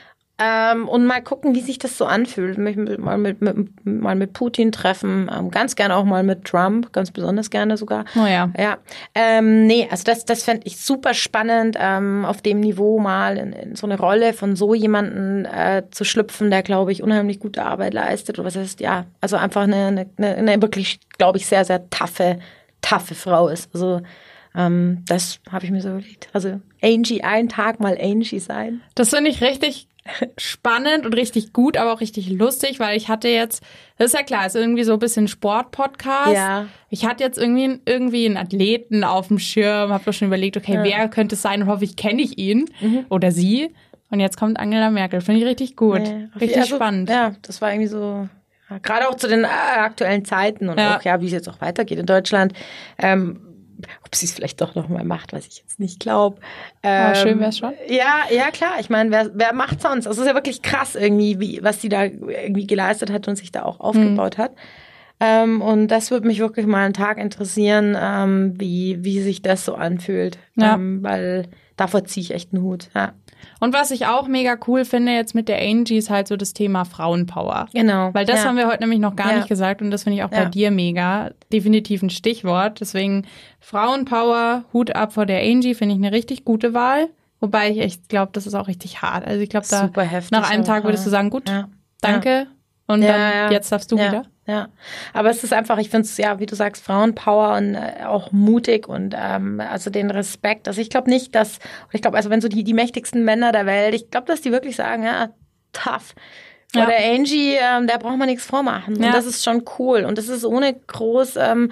Ähm, und mal gucken, wie sich das so anfühlt. Mich mal mit, mit, mal mit Putin treffen, ähm, ganz gerne auch mal mit Trump, ganz besonders gerne sogar. Oh ja. Ja. Ähm, nee, also das, das fände ich super spannend, ähm, auf dem Niveau mal in, in so eine Rolle von so jemanden äh, zu schlüpfen, der, glaube ich, unheimlich gute Arbeit leistet. Oder was heißt, ja, also einfach eine, eine, eine, eine wirklich, glaube ich, sehr, sehr taffe, taffe Frau ist. Also ähm, das habe ich mir so überlegt. Also Angie, einen Tag mal Angie sein. Das finde ich richtig spannend und richtig gut, aber auch richtig lustig, weil ich hatte jetzt, das ist ja klar, es ist irgendwie so ein bisschen Sport-Podcast. Ja. Ich hatte jetzt irgendwie, irgendwie einen Athleten auf dem Schirm, habe mir schon überlegt, okay, ja. wer könnte es sein und hoffentlich kenne ich ihn mhm. oder sie. Und jetzt kommt Angela Merkel. Finde ich richtig gut. Nee, richtig also, spannend. Ja, das war irgendwie so, ja, gerade auch zu den äh, aktuellen Zeiten und ja. auch, ja, wie es jetzt auch weitergeht in Deutschland. Ähm, ob sie es vielleicht doch noch mal macht, was ich jetzt nicht glaube. Ähm, oh, schön wäre es schon. Ja, ja, klar. Ich meine, wer, wer macht sonst? Also es ist ja wirklich krass irgendwie, wie, was sie da irgendwie geleistet hat und sich da auch aufgebaut mhm. hat. Ähm, und das würde mich wirklich mal einen Tag interessieren, ähm, wie, wie sich das so anfühlt. Ja. Ähm, weil davor ziehe ich echt einen Hut. Ja. Und was ich auch mega cool finde jetzt mit der Angie ist halt so das Thema Frauenpower. Genau. Weil das ja. haben wir heute nämlich noch gar ja. nicht gesagt und das finde ich auch ja. bei dir mega. Definitiv ein Stichwort. Deswegen Frauenpower, Hut ab vor der Angie, finde ich eine richtig gute Wahl. Wobei ich echt glaube, das ist auch richtig hart. Also ich glaube, da Super heftig nach einem auch, Tag würdest du sagen, gut, ja. danke. Ja. Und ja, dann ja. jetzt darfst du ja. wieder. Ja, aber es ist einfach, ich finde es, ja, wie du sagst, Frauenpower und äh, auch mutig und ähm, also den Respekt. Also ich glaube nicht, dass, ich glaube, also wenn so die, die mächtigsten Männer der Welt, ich glaube, dass die wirklich sagen, ja, tough. Ja. Oder Angie, ähm, der braucht man nichts vormachen. Ja. Und das ist schon cool. Und das ist ohne groß, ähm,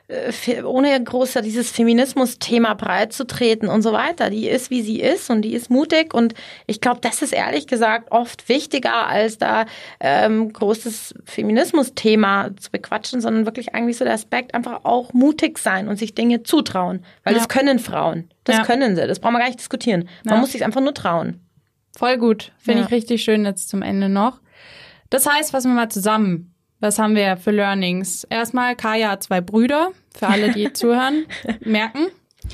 ohne groß dieses Feminismus-Thema breit zu treten und so weiter. Die ist, wie sie ist und die ist mutig und ich glaube, das ist ehrlich gesagt oft wichtiger, als da ähm, großes Feminismus-Thema zu bequatschen, sondern wirklich eigentlich so der Aspekt, einfach auch mutig sein und sich Dinge zutrauen. Weil ja. das können Frauen. Das ja. können sie. Das brauchen wir gar nicht diskutieren. Man ja. muss sich einfach nur trauen. Voll gut. Finde ja. ich richtig schön jetzt zum Ende noch. Das heißt, fassen wir mal zusammen. Was haben wir für Learnings? Erstmal, Kaya hat zwei Brüder, für alle, die zuhören, merken.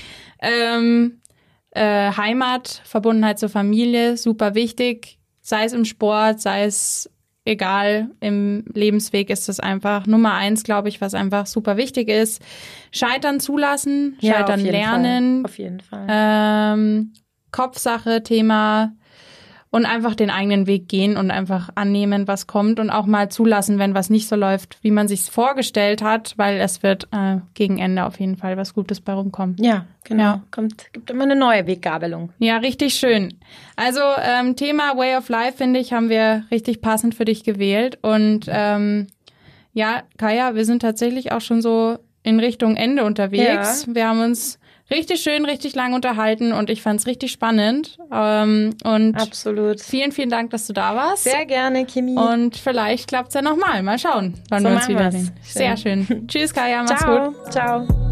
Ähm, äh, Heimat, Verbundenheit zur Familie, super wichtig. Sei es im Sport, sei es egal, im Lebensweg ist das einfach Nummer eins, glaube ich, was einfach super wichtig ist. Scheitern zulassen, ja, scheitern auf jeden lernen. Fall. Auf jeden Fall. Ähm, Kopfsache, Thema. Und einfach den eigenen Weg gehen und einfach annehmen, was kommt und auch mal zulassen, wenn was nicht so läuft, wie man sich's vorgestellt hat, weil es wird äh, gegen Ende auf jeden Fall was Gutes bei rumkommen. Ja, genau. Ja. Kommt, gibt immer eine neue Weggabelung. Ja, richtig schön. Also ähm, Thema Way of Life, finde ich, haben wir richtig passend für dich gewählt. Und ähm, ja, Kaya, wir sind tatsächlich auch schon so in Richtung Ende unterwegs. Ja. Wir haben uns richtig schön, richtig lang unterhalten und ich fand es richtig spannend. Ähm, und Absolut. Vielen, vielen Dank, dass du da warst. Sehr gerne, Kimi. Und vielleicht klappt es ja nochmal. Mal schauen, wann so wir uns wiedersehen. Schön. Sehr schön. Tschüss, Kaya. Mach's Ciao. gut. Ciao.